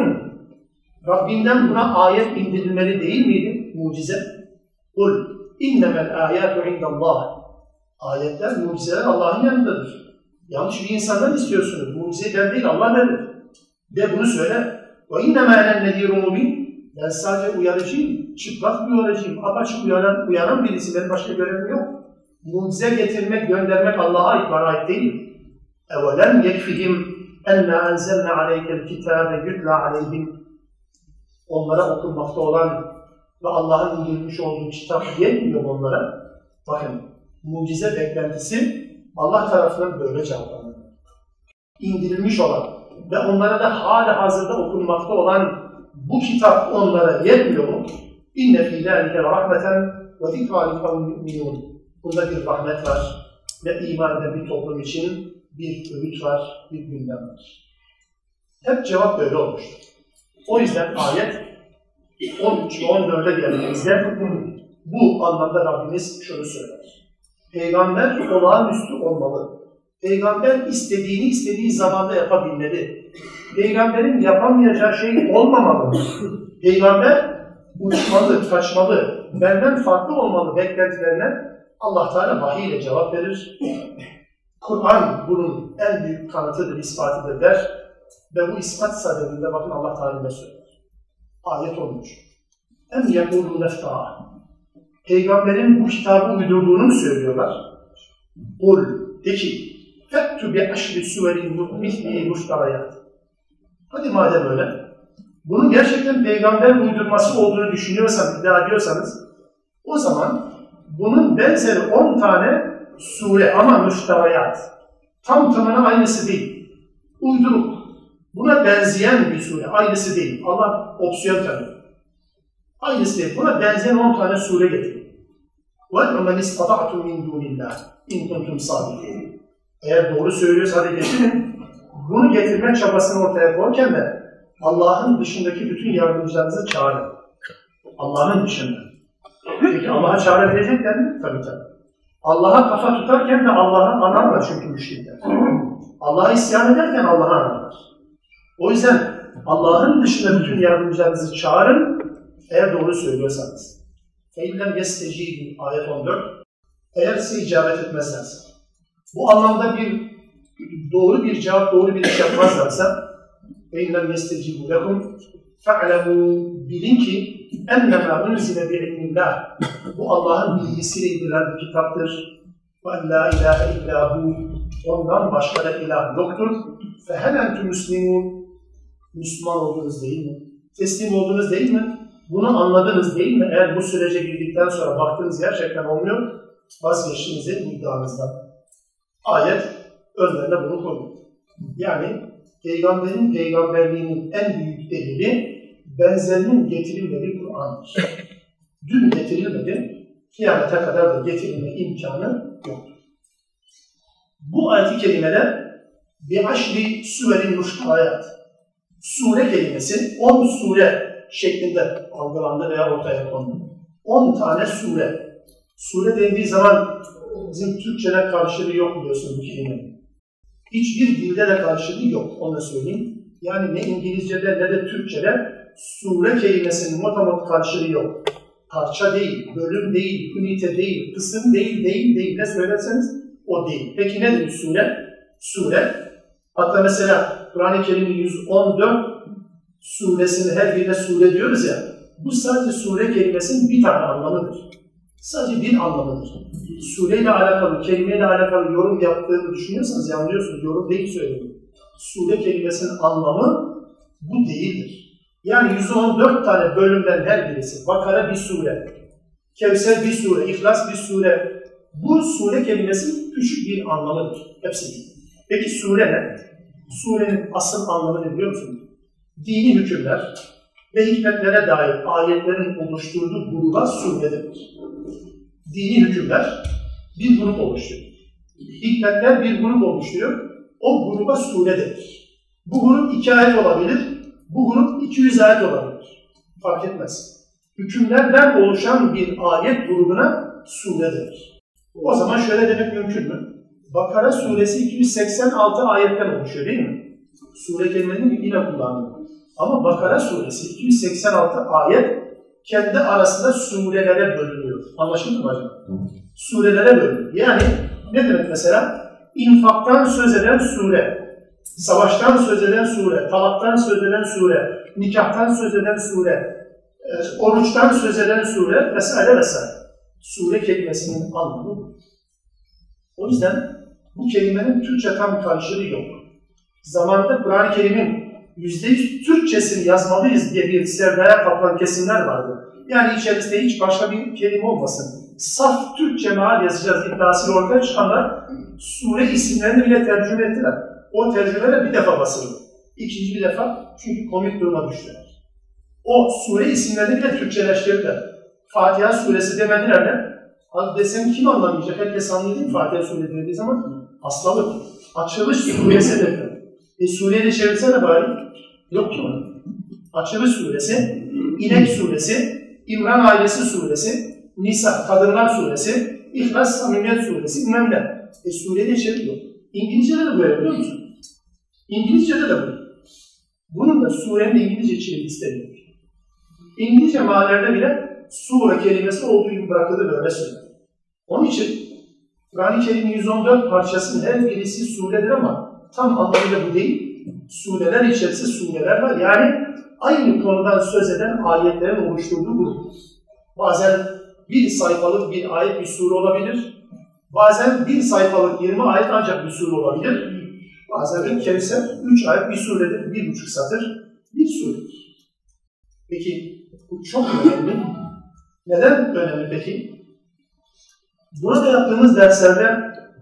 Rabbinden buna ayet indirilmeli değil miydi mucize? قُلْ اِنَّمَا الْآيَاتُ عِنْدَ اللّٰهِ Ayetler, mucizeler Allah'ın yanındadır. Yanlış bir insandan istiyorsunuz. Mucize ben değil, Allah nedir? De bunu söyle. وَاِنَّمَا اَنَا النَّذ۪يرُ مُب۪ينَ Ben sadece uyarıcıyım, çıplak bir uyarıcıyım. Apaçık uyaran, uyaran birisi, benim başka görevim yok. Mucize getirmek, göndermek Allah'a ait, bana ait değil. اَوَلَمْ يَكْفِهِمْ اَنَّا اَنْزَلْنَا عَلَيْكَ الْكِتَابَ يُتْلَى عَلَيْهِمْ Onlara okunmakta olan ve Allah'ın indirmiş olduğu kitap yetmiyor onlara. Bakın, mucize beklentisi Allah tarafından böyle cevaplanıyor. İndirilmiş olan ve onlara da hala hazırda okunmakta olan bu kitap onlara yetmiyor mu? İnne fî zâlike rahmeten ve zikrâ likavmin yu'minûn. Bunda bir rahmet var ve iman eden bir toplum için bir öğüt var, bir gündem var. Hep cevap böyle olmuştur. O yüzden ayet on üç on dörde geldiğimizde bu anlamda Rabbimiz şunu söyler. Peygamber olağanüstü olmalı. Peygamber istediğini istediği zamanda yapabilmeli. Peygamberin yapamayacağı şey olmamalı. Peygamber uçmalı, kaçmalı, benden farklı olmalı beklentilerine Allah Teala vahiy ile cevap verir. Kur'an bunun en büyük kanıtıdır, ispatıdır der. Ve bu ispat sadedinde bakın Allah Teala ne söyler. Ayet on üç. Em yekûlû neftâ. Peygamberin bu kitabı uydurduğunu mu söylüyorlar? Kul, de ki, fettü bi aşri suverin mislihi muştarayat. Hadi madem öyle, bunun gerçekten peygamber uydurması olduğunu düşünüyorsanız, iddia ediyorsanız, o zaman bunun benzeri on tane sure ama müştarayat. Tam tamına aynısı değil. Uyduruk. Buna benzeyen bir sure. Aynısı değil. Allah opsiyon tanıyor. Aynısı değil. Buna benzeyen on tane sure getiriyor. وَاَنْعُ مَنْ اِسْتَطَعْتُمْ مِنْ دُونِ اللّٰهِ اِنْ كُنْتُمْ صَادِقِينَ. Eğer doğru söylüyorsa hadi getirin. Bunu getirme çabasını ortaya koyarken de Allah'ın dışındaki bütün yardımcılarınızı çağırın. Allah'ın dışında. Peki Allah'a çağırabilecekler mi? Tabii tabii. Allah'a kafa tutarken de Allah'a anarlar çünkü müşrikler. Allah'a isyan ederken Allah'a anarlar. O yüzden Allah'ın dışında bütün yardımcılarınızı çağırın eğer doğru söylüyorsanız. فَاِلَّمْ يَسْتَجِيبُ ayet on dört. Eğer size icabet etmezlerse. Bu anlamda bir doğru bir cevap, doğru bir iş yapmazlarsa فَاِلَّمْ يَسْتَجِيبُ لَكُمْ فَعْلَمُوا bilin ki اَنَّمَا اُنْزِلَ بِعِلْمِ اللّٰهِ bu Allah'ın bilgisiyle indirilen bir kitaptır. وَاَنْ ilahe illahu ondan başka da ilah yoktur. فَهَلْ اَنْتُمْ مُسْلِمُونَ Müslüman oldunuz değil mi? Teslim oldunuz değil mi? Bunu anladınız değil mi? Eğer bu sürece girdikten sonra baktınız gerçekten olmuyor, vazgeçtiğinizde bu iddianızdan. Ayet önlerine bunu koyuyor. Yani Peygamberin peygamberliğinin en büyük delili benzerinin getirilmediği Kur'an'dır. Dün getirilmedi, kıyamete kadar da getirilme imkanı yoktur. Bu ayet-i kerimede bir aşri süverin muştahayat. Sure kelimesi on sure şeklinde algılandı veya ortaya kondu. on tane sure. Sure dendiği zaman bizim Türkçe'de karşılığı yok biliyorsunuz bu kelimenin. Hiçbir dilde de karşılığı yok, onu da söyleyeyim. Yani ne İngilizce'de ne de Türkçe'de sure kelimesinin motamot karşılığı yok. Parça değil, bölüm değil, ünite değil, kısım değil, değil, değil. Ne söylerseniz o değil. Peki nedir sure? Sure. Hatta mesela Kur'an-ı Kerim'in yüz on dört suresinin her birine sure diyoruz ya, bu sadece sure kelimesinin bir tane anlamıdır. Sadece bir anlamıdır. Sureyle alakalı, kelimeyle alakalı yorum yaptığını düşünüyorsanız yanılıyorsunuz. Yorum değil söylüyorum. Sure kelimesinin anlamı bu değildir. Yani yüz on dört tane bölümden her birisi. Bakara bir sure, Kevser bir sure, İhlas bir sure. Bu sure kelimesinin küçük bir anlamıdır. Hepsi. Peki sure ne? Surenin asıl anlamını biliyor musunuz? Dini hükümler ve hikmetlere dair ayetlerin oluşturduğu gruba suredir. Dini hükümler bir grup oluşturuyor. Hikmetler bir grup oluşturuyor. O gruba suredir. Bu grup iki ayet olabilir, bu grup iki yüz ayet olabilir. Fark etmez. Hükümlerden oluşan bir ayet grubuna suredir. O zaman şöyle demek mümkün mü? Bakara suresi iki yüz seksen altı ayetten oluşuyor değil mi? Sure kelimelerini yine kullanılıyor. Ama Bakara suresi iki yüz seksen altı ayet kendi arasında surelere bölünüyor. Anlaşıldı mı acaba? Surelere bölünüyor. Yani ne demek mesela? İnfaktan söz eden sure, savaştan söz eden sure, talaktan söz eden sure, nikahtan söz eden sure, oruçtan söz eden sure vesaire vesaire. Sure kelimesinin anlamı bu. O yüzden bu kelimenin Türkçe tam karşılığı yok. Zamanında Kur'an-ı Kerim'in yüzde yüz Türkçesini yazmalıyız diye bir sevdaya kapılan kesimler vardı. Yani içerisinde hiç başka bir kelime olmasın. Saf Türkçe meal yazacağız iddiasıyla ortaya çıkanlar sure isimlerini bile tercüme ettiler. O tercümeler bir defa basıldı. İkinci bir defa çünkü komik duruma düştüler. O sure isimlerini bile Türkçeleştirdiler. Fatiha suresi demediler de. Hadi desem kim anlamayacak? Herkes anlıyor değil mi Fatiha suresi dediği zaman? Hastalık. Açılış suresi dediler. E sureyi de çevirsene bari. Yok ki onu. Açılış suresi, İnek suresi, İmran ailesi suresi, Nisa, Kadınlar suresi, İhlas, Samimiyet suresi, bilmem ne. E sureyi de çeviriyor. İngilizce'de de böyle biliyor musun? İngilizce'de de böyle. Bunun da surenin İngilizce çevirisi de değil. İngilizce meallerde bile sure kelimesi olduğu gibi bırakılır böyle söyler. Onun için Kur'an-ı Kerim'in yüz on dört parçasının her birisi suredir ama tam anlamıyla bu değil. Sureler içerisinde sureler var. Yani aynı konudan söz eden ayetlerin oluşturduğu grup. Bazen bir sayfalık bir ayet bir sure olabilir. Bazen bir sayfalık yirmi ayet ancak bir sure olabilir. Bazen bir Kevser üç ayet bir suredir. Bir buçuk satır bir suredir. Peki bu çok önemli. Neden önemli peki? Burada yaptığımız derslerde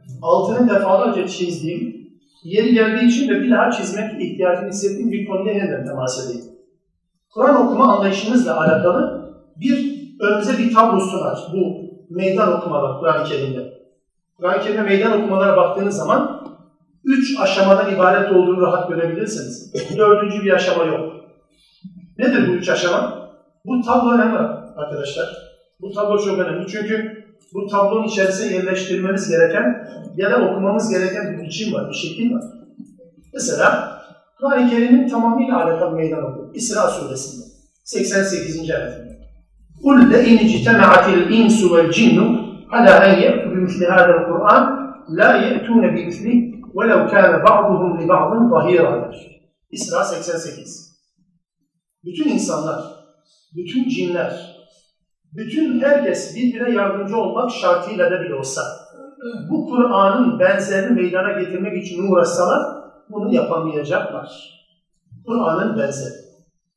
altını defalarca çizdiğim, yeri geldiği için de bir daha çizmek ihtiyacını hissettiğim bir konuya yeniden temas edeyim. Kur'an okuma anlayışımızla alakalı bir önümüze bir tablo sunar bu meydan okumalar Kur'an-ı Kerim'de. Kur'an-ı Kerim'de meydan okumalara baktığınız zaman üç aşamadan ibaret olduğunu rahat görebilirsiniz. Dördüncü bir aşama yok. Nedir bu üç aşama? Bu tablo önemli arkadaşlar. Bu tablo çok önemli çünkü bu tablonun içerisine yerleştirmemiz gereken ya da okumamız gereken bir biçim var, bir şekil var. Mesela Kur'an-ı Kerim'in tamamıyla alakalı meydan okuyor. İsra suresinde seksen sekizinci ayetinde. قُلْ لَاِنْ اجْتَمَعَتِ الْاِنْسُ وَالْجِنُّ عَلَى اَنْ يَأْتُوا بِمِثْلِ هَذَا الْقُرْآنِ لَا يَأْتُونَ بِمِثْلِهِ وَلَوْ كَانَ بَعْضُهُمْ لِبَعْضٍ ظَهِيرًا. İsra seksen sekiz. Bütün insanlar, bütün cinler, bütün herkes birbirine yardımcı olmak şartıyla da bile olsa, bu Kur'an'ın benzerini meydana getirmek için uğraşsalar, bunu yapamayacaklar. Kur'an'ın benzeri.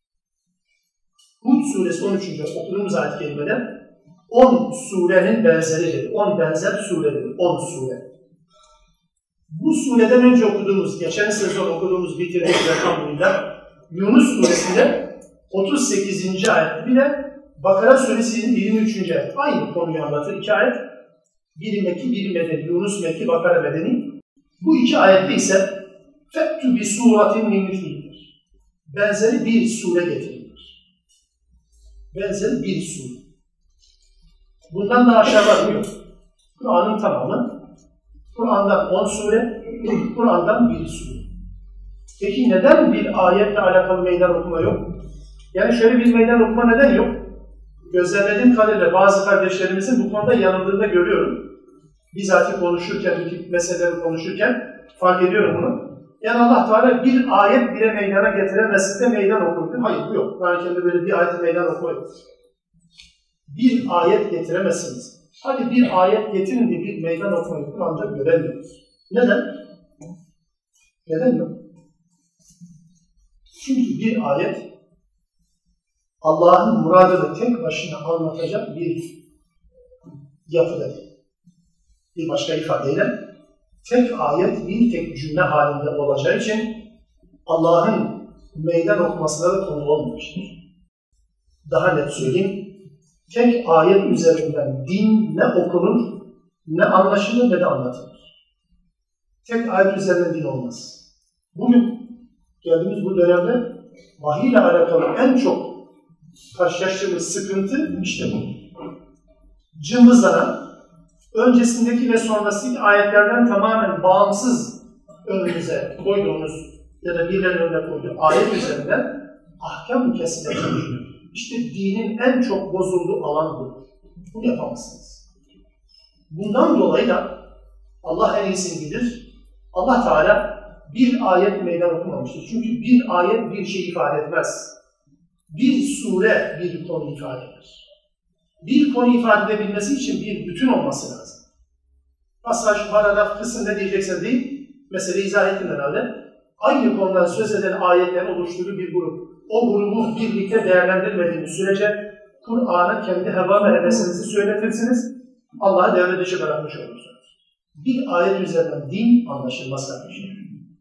Hud suresi on üçüncü okuduğumuz ayet-i kerimede on surenin benzeridir. on benzer suredir. on sure. Bu sureden önce okuduğumuz, geçen sezon okuduğumuz, bitirdiğimiz elhamdülillah, Yunus suresinde otuz sekizinci ayet bile Bakara suresinin yirmi üçüncü ayet. Aynı konuyu anlatır. İki ayet. Biri Mekki, biri Medeni. Yunus Mekki, Bakara Medeni. Bu iki ayette ise فَتُّ بِسُورَةٍ مِنْ مِثْلِهِ benzeri bir sure getirilir. Benzeri bir sure. Bundan da aşağılar yok. Kur'an'ın tamamı, Kur'an'dan on sure, Kur'an'dan bir sure. Peki neden bir ayetle alakalı meydan okuma yok? Yani şöyle bir meydan okuma neden yok? Gözlemlediğim kadarıyla bazı kardeşlerimizin bu konuda yanıldığını da görüyorum. Bizatihi konuşurken, bu tip meseleleri konuşurken fark ediyorum bunu. Yani Allah Teala bir ayet bile meydana getiremezsin de meydan okuydu. Hayır, bu yok. Yani kendi böyle bir ayet meydan okuyor. Bir ayet getiremezsiniz. Hadi bir ayet getirin diye bir meydan okumayı Kur'an'da göremiyoruz. Neden? Neden yok? Çünkü bir ayet Allah'ın muradını tek başına anlatacak bir yapıda değil. Bir başka ifadeyle tek ayet bir tek cümle halinde olacağı için Allah'ın meydan okumasına da konu olmamıştır. Daha net söyleyeyim, tek ayet üzerinden din ne okunur, ne anlaşılır ne de anlatılır. Tek ayet üzerinden din olmaz. Bugün geldiğimiz bu dönemde vahiy ile alakalı en çok karşılaştığımız sıkıntı işte bu. Cımbızlanan, öncesindeki ve sonrasındaki ayetlerden tamamen bağımsız önümüze koyduğumuz ya da birilerinin önüne koyduğu ayet üzerinden ahkam kesmeye çalışıyor. İşte dinin en çok bozulduğu alan bu. Bunu yapamazsınız. Bundan dolayı da Allah en iyisini bilir. Allah Teala bir ayet meydan okumamıştır. Çünkü bir ayet bir şey ifade etmez. Bir sure bir konu ifade eder. Bir konu ifade edebilmesi için bir bütün olması lazım. Pasaj, paragraf, kısım ne diyeceksen değil, meseleyi izah ettim herhalde. Aynı konudan söz eden ayetler oluşturduğu bir grup. O grubu birlikte değerlendirmediğiniz sürece Kur'an'a kendi heva ve hevesinizi söyletirsiniz, Allah'a devre dışı bırakmış olursunuz. Bir ayet üzerinden din anlaşılmaz kardeşler.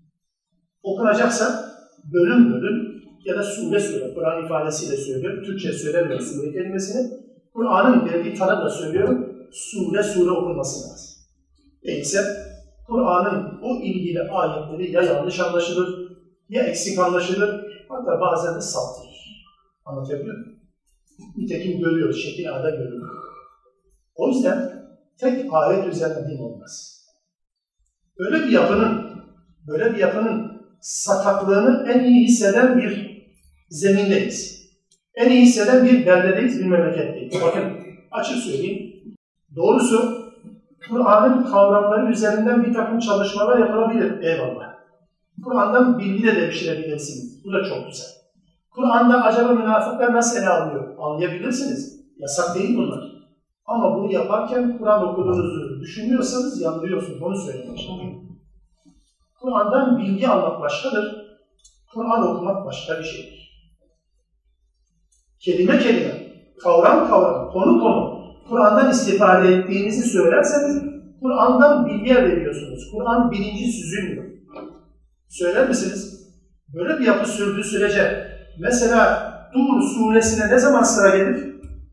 Okunacaksa bölüm bölüm ya da sure sure, Kur'an ifadesiyle söylüyorum, Türkçe söylemiyorum sure kelimesini, Kur'an'ın verdiği tanımla söylüyorum, sure sure okunması lazım. Değilse Kur'an'ın o ilgili ayetleri ya yanlış anlaşılır, ya eksik anlaşılır, hatta bazen de saptırır. Anlatabiliyor muyum? Nitekim görüyoruz, şekil ağda görüyoruz. O yüzden tek ayet üzerine din olmaz. Böyle bir yapının, böyle bir yapının sataklığını en iyi hisseden bir zemindeyiz. En iyi hisseden bir beldedeyiz, bir memleketteyiz. Bakın açık söyleyeyim. Doğrusu Kur'an'ın kavramları üzerinden bir takım çalışmalar yapılabilir. Eyvallah. Kur'an'dan bilgi de devşirebilirsiniz. Bu da çok güzel. Kur'an'da acaba münafıklar nasıl ele alıyor? Anlayabilirsiniz. Yasak değil bunlar. Ama bunu yaparken Kur'an okuduğunuzu düşünüyorsanız yanılıyorsunuz. Onu söylemeye çalışıyorum. Kur'an'dan bilgi almak başkadır. Kur'an okumak başka bir şeydir. Kelime kelime, kavram kavram, konu konu Kur'an'dan istifade ettiğinizi söylerseniz Kur'an'dan bilgi veriyorsunuz. Kur'an bilinci süzülmüyor. Söyler misiniz? Böyle bir yapı sürdüğü sürece mesela Dur suresine ne zaman sıra gelir?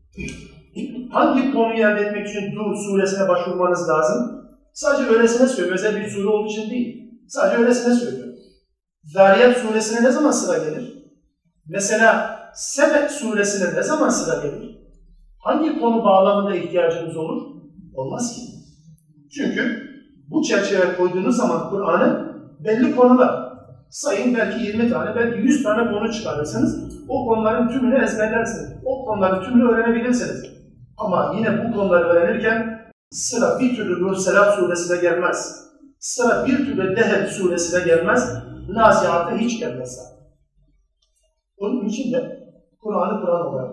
Hangi konuyu elde etmek için Dur suresine başvurmanız lazım? Sadece öylesine söylüyor. Özel bir sure olduğu için değil. Sadece öylesine söylüyor. Zariyat suresine ne zaman sıra gelir? Mesela Sebek suresine ne zaman sıra gelir? Hangi konu bağlamında ihtiyacınız olur? Olmaz ki. Çünkü bu çerçeve koyduğunuz zaman Kur'an'ın belli konular, sayın belki yirmi tane, belki yüz tane konu çıkarırsınız. O konuların tümünü ezberlersiniz. O konuların tümünü öğrenebilirsiniz. Ama yine bu konuları öğrenirken sıra bir türlü Mürselat suresine gelmez. Sıra bir türlü Leheb suresine gelmez. Naziat'a hiç gelmez. Onun için de Kur'an'ı Kur'an olarak.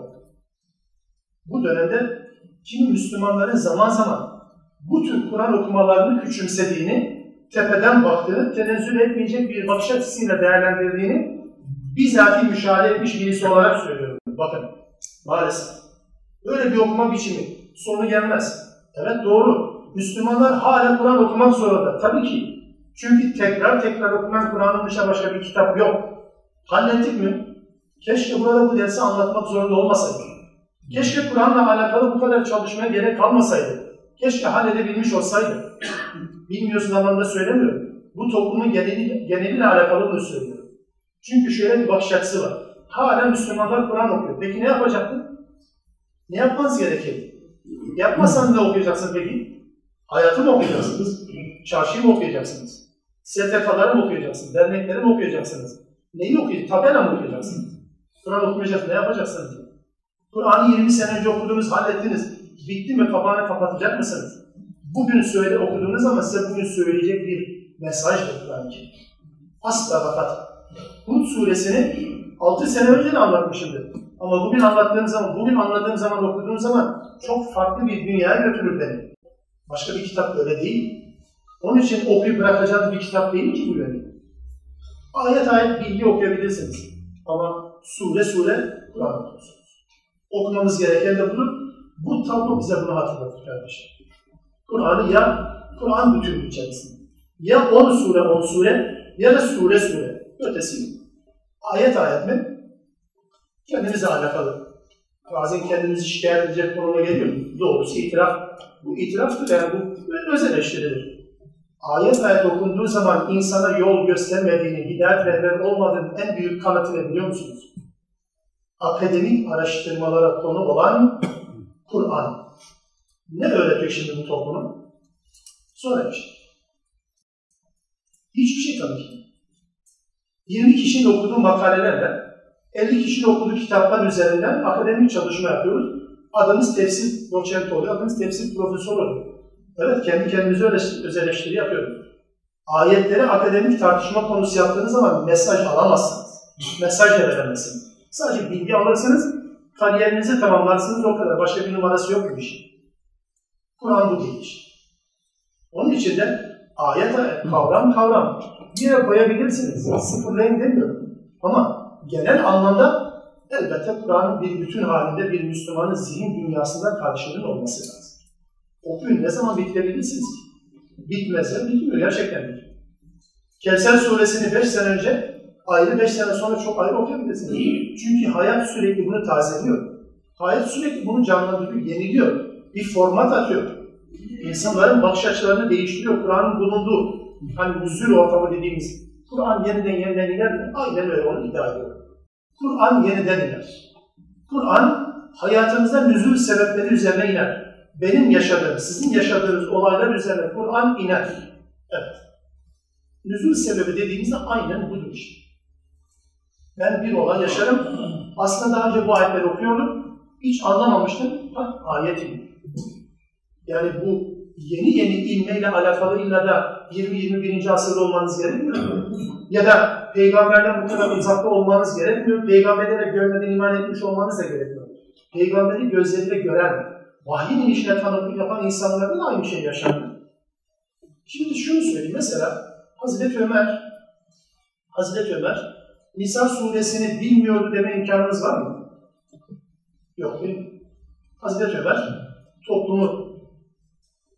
Bu dönemde kimi Müslümanların zaman zaman bu tür Kur'an okumalarını küçümsediğini, tepeden baktığını, tenezzül etmeyecek bir bakış açısıyla değerlendirdiğini bizatihi müşahede etmiş birisi olarak söylüyorum. Bakın, maalesef. Öyle bir okuma biçimi sonu gelmez. Evet doğru. Müslümanlar hala Kur'an okumak zorunda. Tabii ki. Çünkü tekrar tekrar okunan Kur'an'ın dışında başka bir kitap yok. Hallettik mi? Keşke burada bu dersi anlatmak zorunda olmasaydı. Keşke Kur'an'la alakalı bu kadar çalışmaya gerek kalmasaydı. Keşke halledebilmiş olsaydı. Bilmiyorsun anlamda söylemiyorum. Bu toplumun geneli, geneliyle alakalı bunu söylüyorum. Çünkü şöyle bir bakış açısı var. Hala Müslümanlar Kur'an okuyor. Peki ne yapacaktın? Ne yapmanız gerekir? Yapmazsan ne okuyacaksın peki? Hayatı mı okuyacaksınız? Çarşıyı mı okuyacaksınız? S T K'ları mı okuyacaksınız? Dernekleri mi okuyacaksınız? Neyi okuyacaksınız? Tabela mı okuyacaksınız? Kur'an okumayacaksınız. Ne yapacaksınız? Kur'an'ı yirmi sene önce okudunuz, hallettiniz. Bitti mi? Kapağını kapatacak mısınız? Bugün söyle okuduğunuz zaman size bugün söyleyecek bir mesajdır Kur'an-ı Kerim. Asla fakat Hud suresini altı sene önce de anlatmışımdır. Ama bugün anlattığım zaman, bugün anladığım zaman, okuduğum zaman çok farklı bir dünyaya götürür beni. Başka bir kitap öyle değil. Onun için okuyup bırakacağınız bir kitap değil ki bu böyle. Ayet ayet bilgi okuyabilirsiniz. Ama sure sure Kur'an okuyorsunuz. Okumamız gereken de budur. Bu tablo bize bunu hatırlatır kardeşim. Kur'an'ı ya Kur'an bütünü içerisinde. Ya on sure on sure ya da sure sure. Ötesi ayet ayet mi? Kendimize alakalı. Bazen kendimizi şikayet edecek konuma geliyor. Doğrusu itiraf. Bu itiraftır yani bu öz eleştirilir. Ayet ayet okunduğu zaman insana yol göstermediğini, hidayet rehberi olmadığını en büyük kanıtını biliyor musunuz? Akademik araştırmalara konu olan Kur'an. Ne öğretiyor şimdi bu topluma? Sonra bir şey. Hiçbir şey tabii ki. yirmi kişinin okuduğu makalelerle, elli kişinin okuduğu kitaplar üzerinden akademik çalışma yapıyoruz. Adımız tefsir doçent oluyor, adımız tefsir profesör oluyor. Evet, kendi kendimize öz eleştiri yapıyoruz. Ayetleri akademik tartışma konusu yaptığınız zaman mesaj alamazsınız. Mesaj da veremezsiniz. Sadece bilgi alırsınız, kariyerinizi tamamlarsınız, o kadar. Başka bir numarası yok bu işin. Kur'an bu değil. Onun için de ayet ayet, kavram kavram. Bir yere koyabilirsiniz. Sıfırlayın demiyorum. Ama genel anlamda elbette Kur'an'ın bir bütün halinde bir Müslümanın zihin dünyasında karşılığının olması lazım. Okuyun ne zaman bitirebilirsiniz ki? Bitmezse bitmiyor. Gerçekten bitmiyor. Kevser suresini beş sene önce ayrı, beş sene sonra çok ayrı okuyabilirsiniz. Çünkü hayat sürekli bunu tazeliyor. Hayat sürekli bunu canlandırıyor, yeniliyor. Bir format atıyor. İnsanların bakış açılarını değiştiriyor. Kur'an'ın bulunduğu, hani nüzul ortamı dediğimiz, Kur'an yeniden yeniden iner mi? Aynen öyle onu iddia ediyor. Kur'an yeniden iner. Kur'an hayatımızda nüzul sebepleri üzerine iner. Benim yaşadığım, sizin yaşadığınız olaylar üzerine Kur'an iner. Evet. Nüzul sebebi dediğimizde aynen budur işte. Ben bir olay yaşarım. Aslında daha önce bu ayetleri okuyordum. Hiç anlamamıştım. Bak ayet iniyor. Yani bu yeni yeni ilmeyle alakalı illa da yirmi yirmi birinci asırda olmanız gerekmiyor. Ya da peygamberden bu kadar uzakta olmanız gerekmiyor. Peygamberleri görmeden iman etmiş olmanız da gerekmiyor. Peygamberi gözleriyle gören, vahyin inişine tanıklık yapan insanlarda da aynı şey yaşandı. Şimdi şunu söyleyeyim. Mesela Hazreti Ömer, Hazreti Ömer, Nisa suresini bilmiyordu deme imkanınız var mı? Yok değil mi? Hazreti Ömer, toplumu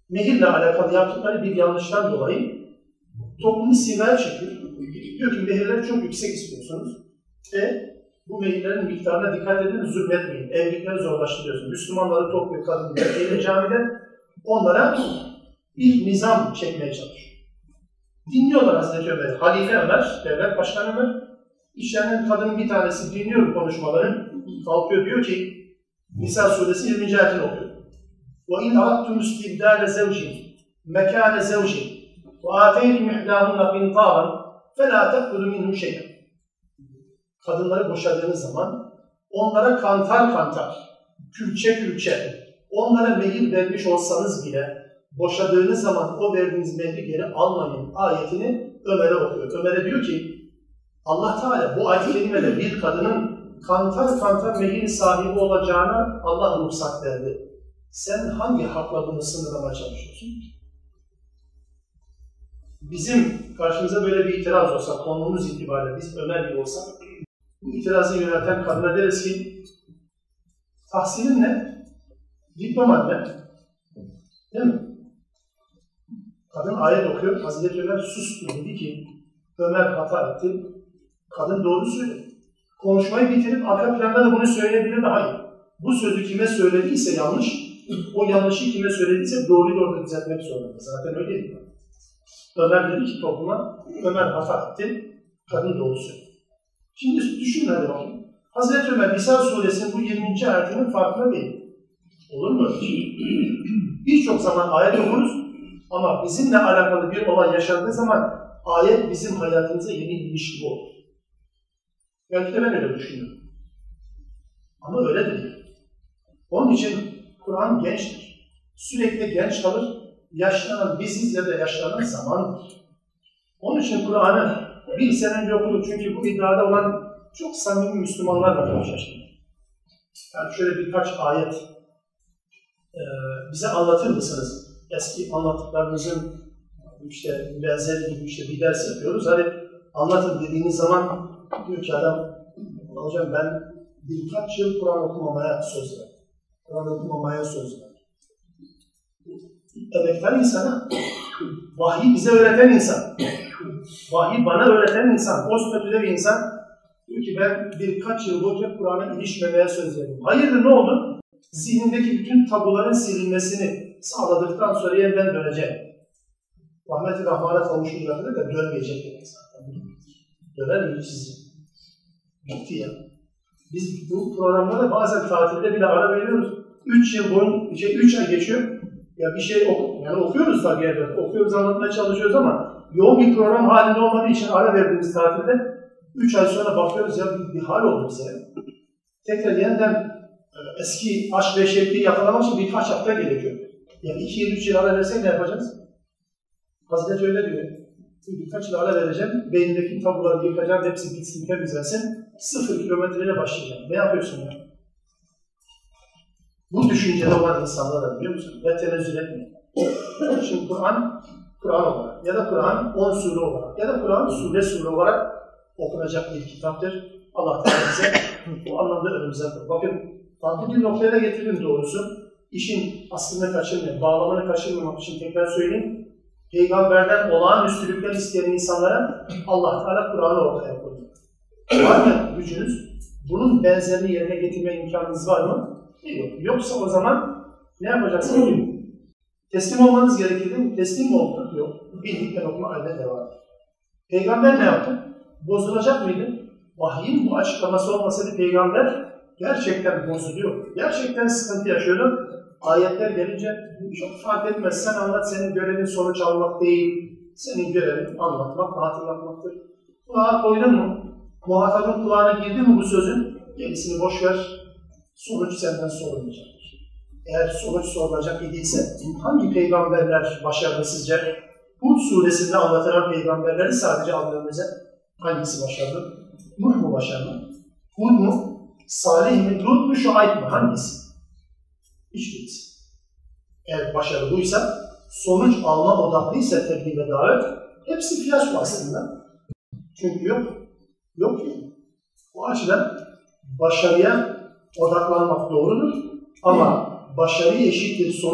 mehirle alakalı yaptıkları bir yanlıştan dolayı toplumu sivaya çekiyor. Diyor ki mehirleri çok yüksek istiyorsunuz ve bu mehirlerin miktarına dikkat edin, zulmetmeyin. Evlilikleri zorlaştırıyorsunuz. Müslümanları topluyor, kadınları gelir camiden, onlara bir nizam çekmeye çalışıyor. Dinliyorlar Hazreti Ömer, Halife Ömer, devlet başkanı Ömer. İşlerinin kadının bir tanesi dinliyor konuşmaları, kalkıyor diyor ki, Nisa suresi yirminci ayetini okuyor. وَاِنْ اَرَدْتُمُ اسْتِبْدَالَ زَوْجٍ مَكَانَ زَوْجٍ وَآتَيْتُمْ اِحْدَاهُنَّ قِنْطَارًا فَلَا تَأْخُذُوا مِنْهُ شَيْئًا. Kadınları boşadığınız zaman onlara kantar kantar, külçe külçe, onlara mehir vermiş olsanız bile boşadığınız zaman o verdiğiniz mehri geri almayın ayetini Ömer'e okuyor. Ömer'e diyor ki Allah Teala bu ayet-i kerimede bir kadının kantar kantar mehir sahibi olacağına Allah ruhsat verdi. Sen hangi hakla bunu sınırlamaya çalışıyorsun? Bizim karşımıza böyle bir itiraz olsa, konumuz itibariyle biz Ömer gibi olsak, bu itirazı yönelten kadına deriz ki, tahsilin ne? Diploman ne? Değil mi? Kadın ayet okuyor, Hazreti Ömer sustu, dedi ki, Ömer hata etti, kadın doğru söyledi. Konuşmayı bitirip arka planda da bunu söyleyebilir de hayır. Bu sözü kime söylediyse yanlış, o yanlışı kime söylediyse doğruyu da orada düzeltmek zorunda. Zaten öyleydi. Ömer dedi ki topluma, Ömer hata etti, kadın doğru söyledi. Şimdi düşünün hadi bakayım. Hazreti Ömer Nisa suresinin bu yirminci ayetinin farkında değil. Olur mu? Birçok zaman ayet okuruz ama bizimle alakalı bir olay yaşandığı zaman ayet bizim hayatımıza yeni ilmiş gibi olur. Belki de ben öyle düşünüyorum. Ama öyle değil. Onun için Kur'an gençtir. Sürekli genç kalır. Yaşlanan biziz ya da yaşlanan zamandır. Onun için Kur'an'ı bir sene önce okuduk. Çünkü bu iddiada olan çok samimi Müslümanlarla karşılaştık. Yani şöyle birkaç ayet e, bize anlatır mısınız? Eski anlattıklarımızın işte benzeri gibi işte bir ders yapıyoruz. Hani anlatın dediğiniz zaman diyor ki adam, hocam ben birkaç yıl Kur'an okumamaya söz verdim. Kur'an okumamaya söz verdim. Emektar insana, vahyi bize öğreten insan, vahyi bana öğreten insan, o statüde bir insan diyor ki ben birkaç yıl boyunca Kur'an'a ilişmemeye söz verdim. Hayırdır ne oldu? Zihnindeki bütün tabuların silinmesini sağladıktan sonra yeniden döneceğim. Rahmet-i Rahman'a kavuşulacakları da dönmeyecek demek zaten. Döner miyim sizi? Gitti ya. Biz bu programlarda bazen tatilde bile ara veriyoruz. Üç yıl boyunca, şey, üç ay geçiyor. Ya bir şey oku, yani okuyoruz tabii elbette. Okuyoruz, anlatmaya çalışıyoruz ama yoğun bir program halinde olmadığı için ara verdiğimiz tatilde üç ay sonra bakıyoruz ya bir, bir hal oldu bize. Tekrar yeniden e, eski aşk ve şevkliği yakalamak için birkaç hafta gerekiyor. Yani iki yıl, üç yıl ara versek ne yapacağız? Hazreti öyle diyor. Birkaç yıl ara vereceğim, beynindeki tabuları yıkacağım, hepsi bitsin, temizlensin. Sıfır kilometreyle başlayacağım. Ne yapıyorsun ya? Bu düşüncede olan insanlar da biliyor musun? Ve tenezzül etmiyor. Onun için Kur'an, Kur'an olarak ya da Kur'an on sure olarak ya da Kur'an sure sure olarak okunacak bir kitaptır. Allah Teala bize bu anlamda önümüze koyuyor. Bakın farklı bir noktaya da getirdim doğrusu. İşin aslını kaçırmayın, bağlamını kaçırmamak için tekrar söyleyeyim. Peygamberden olağanüstülükler isteyen insanlara Allah Teala Kur'an'ı ortaya koyuyor. Var mı gücünüz? Bunun benzerini yerine getirme imkanınız var mı? Yok. Yoksa o zaman ne yapacaksınız? Teslim olmanız gerekir değil mi? Teslim mi olduk? Yok. Bildikten okuma aynen devam ediyor. Peygamber ne yaptı? Bozulacak mıydı? Vahyin bu açıklaması olmasaydı peygamber gerçekten bozuluyor. Gerçekten sıkıntı yaşıyordu. Ayetler gelince çok fark etmez. Sen anlat, senin görevin sonuç almak değil. Senin görevin anlatmak, hatırlatmaktır. Kulağa koydun mu? Muhatabın kulağına girdi mi bu sözün? Gerisini boş ver. Sonuç senden sorulmayacaktır. Eğer sonuç sorulacak idiyse hangi peygamberler başarılı sizce? Hud suresinde anlatılan peygamberleri sadece aldığımızda hangisi başarılı? Nuh mu başarılı? Hud mu? Salih mi? Lut mu? Şuayb mı? Hangisi? Hiçbirisi. Eğer başarılıysa, sonuç alma odaklıysa tebliğ ve davet, hepsi fiyasko aslında. Çünkü yok. Yok ki. Bu açıdan başarıya odaklanmak doğrudur ama başarı eşittir sonuç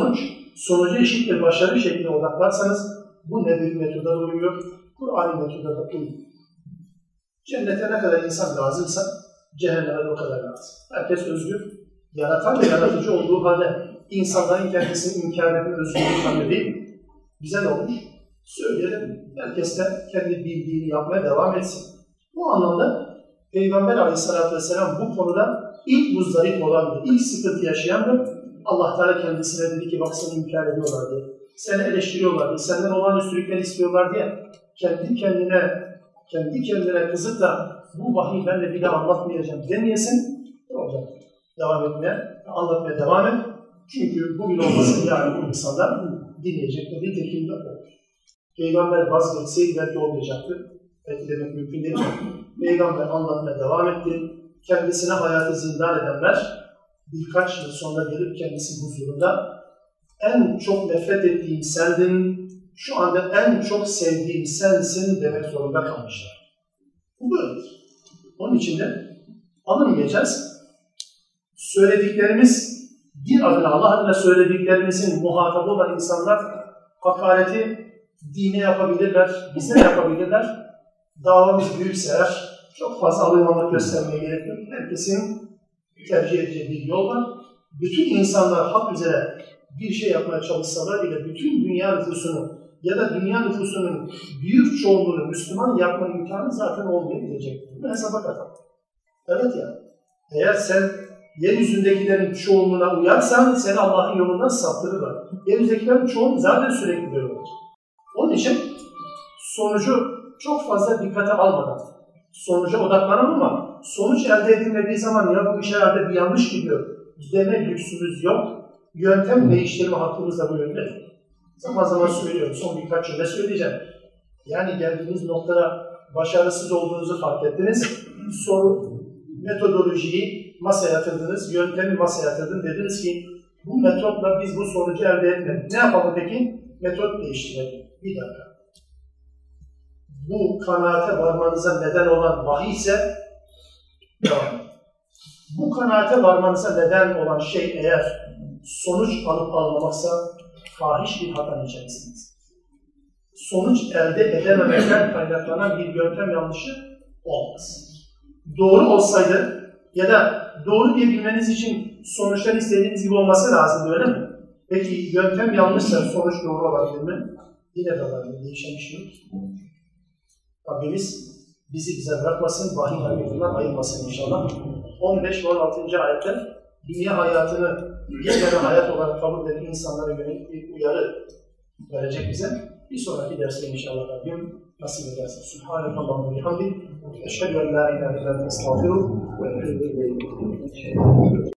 sonucu eşittir başarı şekline odaklarsanız bu nebevi metoda da uyuyor, Kur'an-ı metoda da uyuyor. Cennete ne kadar insan lazımsa cehenneme de o kadar lazım. Herkes özgür. Yaratan ve yaratıcı olduğu halde insanların kendisini inkar etme özgürlüğü tanıyor değil. Bize ne olmuş? Söyleyelim. Herkes de kendi bildiğini yapmaya devam etsin. Bu anlamda Peygamber Aleyhisselatü Vesselam bu konuda ilk muzdarip olandı, ilk sıkıntı yaşayandı. Allah Teala kendisine dedi ki bak seni inkar ediyorlar diye. Seni eleştiriyorlar diye, senden olağanüstülükler istiyorlar diye. Kendi kendine, kendi kendine kızıp da bu vahiy ben de bir daha anlatmayacağım demeyesin. Olacak. Devam etmeye, anlatmaya devam et. Çünkü bugün olmasın yarın bu insanlar dinleyecekler. Nitekim de o. Peygamber vazgeçseydi belki olmayacaktı. Belki demek mümkün değil. Peygamber anlatmaya devam etti. Kendisine hayatı zindan edenler birkaç yıl sonra gelip kendisi huzurunda en çok nefret ettiğim sendin, şu anda en çok sevdiğim sensin demek zorunda kalmışlar. Bu böyledir. Onun için de alınmayacağız. Söylediklerimiz, din adına, Allah adına söylediklerimizin muhatabı olan insanlar hakareti dine yapabilirler, bize yapabilirler. Davamız büyükse eğer çok fazla alınmamak göstermeye gerek yok. Herkesin tercih edeceği bir yol var. Bütün insanlar hak üzere bir şey yapmaya çalışsalar bile bütün dünya nüfusunu ya da dünya nüfusunun büyük çoğunluğunu Müslüman yapma imkanı zaten olmayabilecek. Bunu hesaba katalım. Evet ya, eğer sen yeryüzündekilerin çoğunluğuna uyarsan seni Allah'ın yolundan saptırırlar. Yeryüzündekilerin çoğunluğu zaten sürekli böyle olacak. Onun için sonucu çok fazla dikkate almadan sonuca odaklanalım ama sonuç elde edilmediği zaman ya bu iş herhalde bir yanlış gidiyor deme lüksümüz yok. Yöntem değiştirme hakkımız da bu yönde. Zaman zaman söylüyorum, son birkaç cümle söyleyeceğim. Yani geldiğiniz noktada başarısız olduğunuzu fark ettiniz. Soru, metodolojiyi masaya yatırdınız, yöntemi masaya yatırdınız. Dediniz ki bu metotla biz bu sonucu elde etmedik. Ne yapalım peki? Metot değiştirelim. Bir dakika. Bu kanaate varmanıza neden olan vahiy ise devam. Bu kanaate varmanıza neden olan şey eğer sonuç alıp almamaksa fahiş bir hata içerisiniz. Sonuç elde edememekten kaynaklanan bir yöntem yanlışı olmaz. Doğru olsaydı ya da doğru diye bilmeniz için sonuçlar istediğiniz gibi olması lazım, öyle mi? Peki yöntem yanlışsa sonuç doğru olabilir mi? Yine de olabilir, değişen bir şey yok. Rabbimiz bizi bize bırakmasın, vahiy hareketinden ayırmasın inşallah. on beş ve on altıncı ayetler dünya hayatını yegane hayat olarak kabul eden insanlara yönelik bir uyarı verecek bize. Bir sonraki derste inşallah Rabbim nasip ederse. Subhanekallahumma ve bihamdik. Eşhedü en la ilahe illa ente estağfiruke ve etûbü ileyk.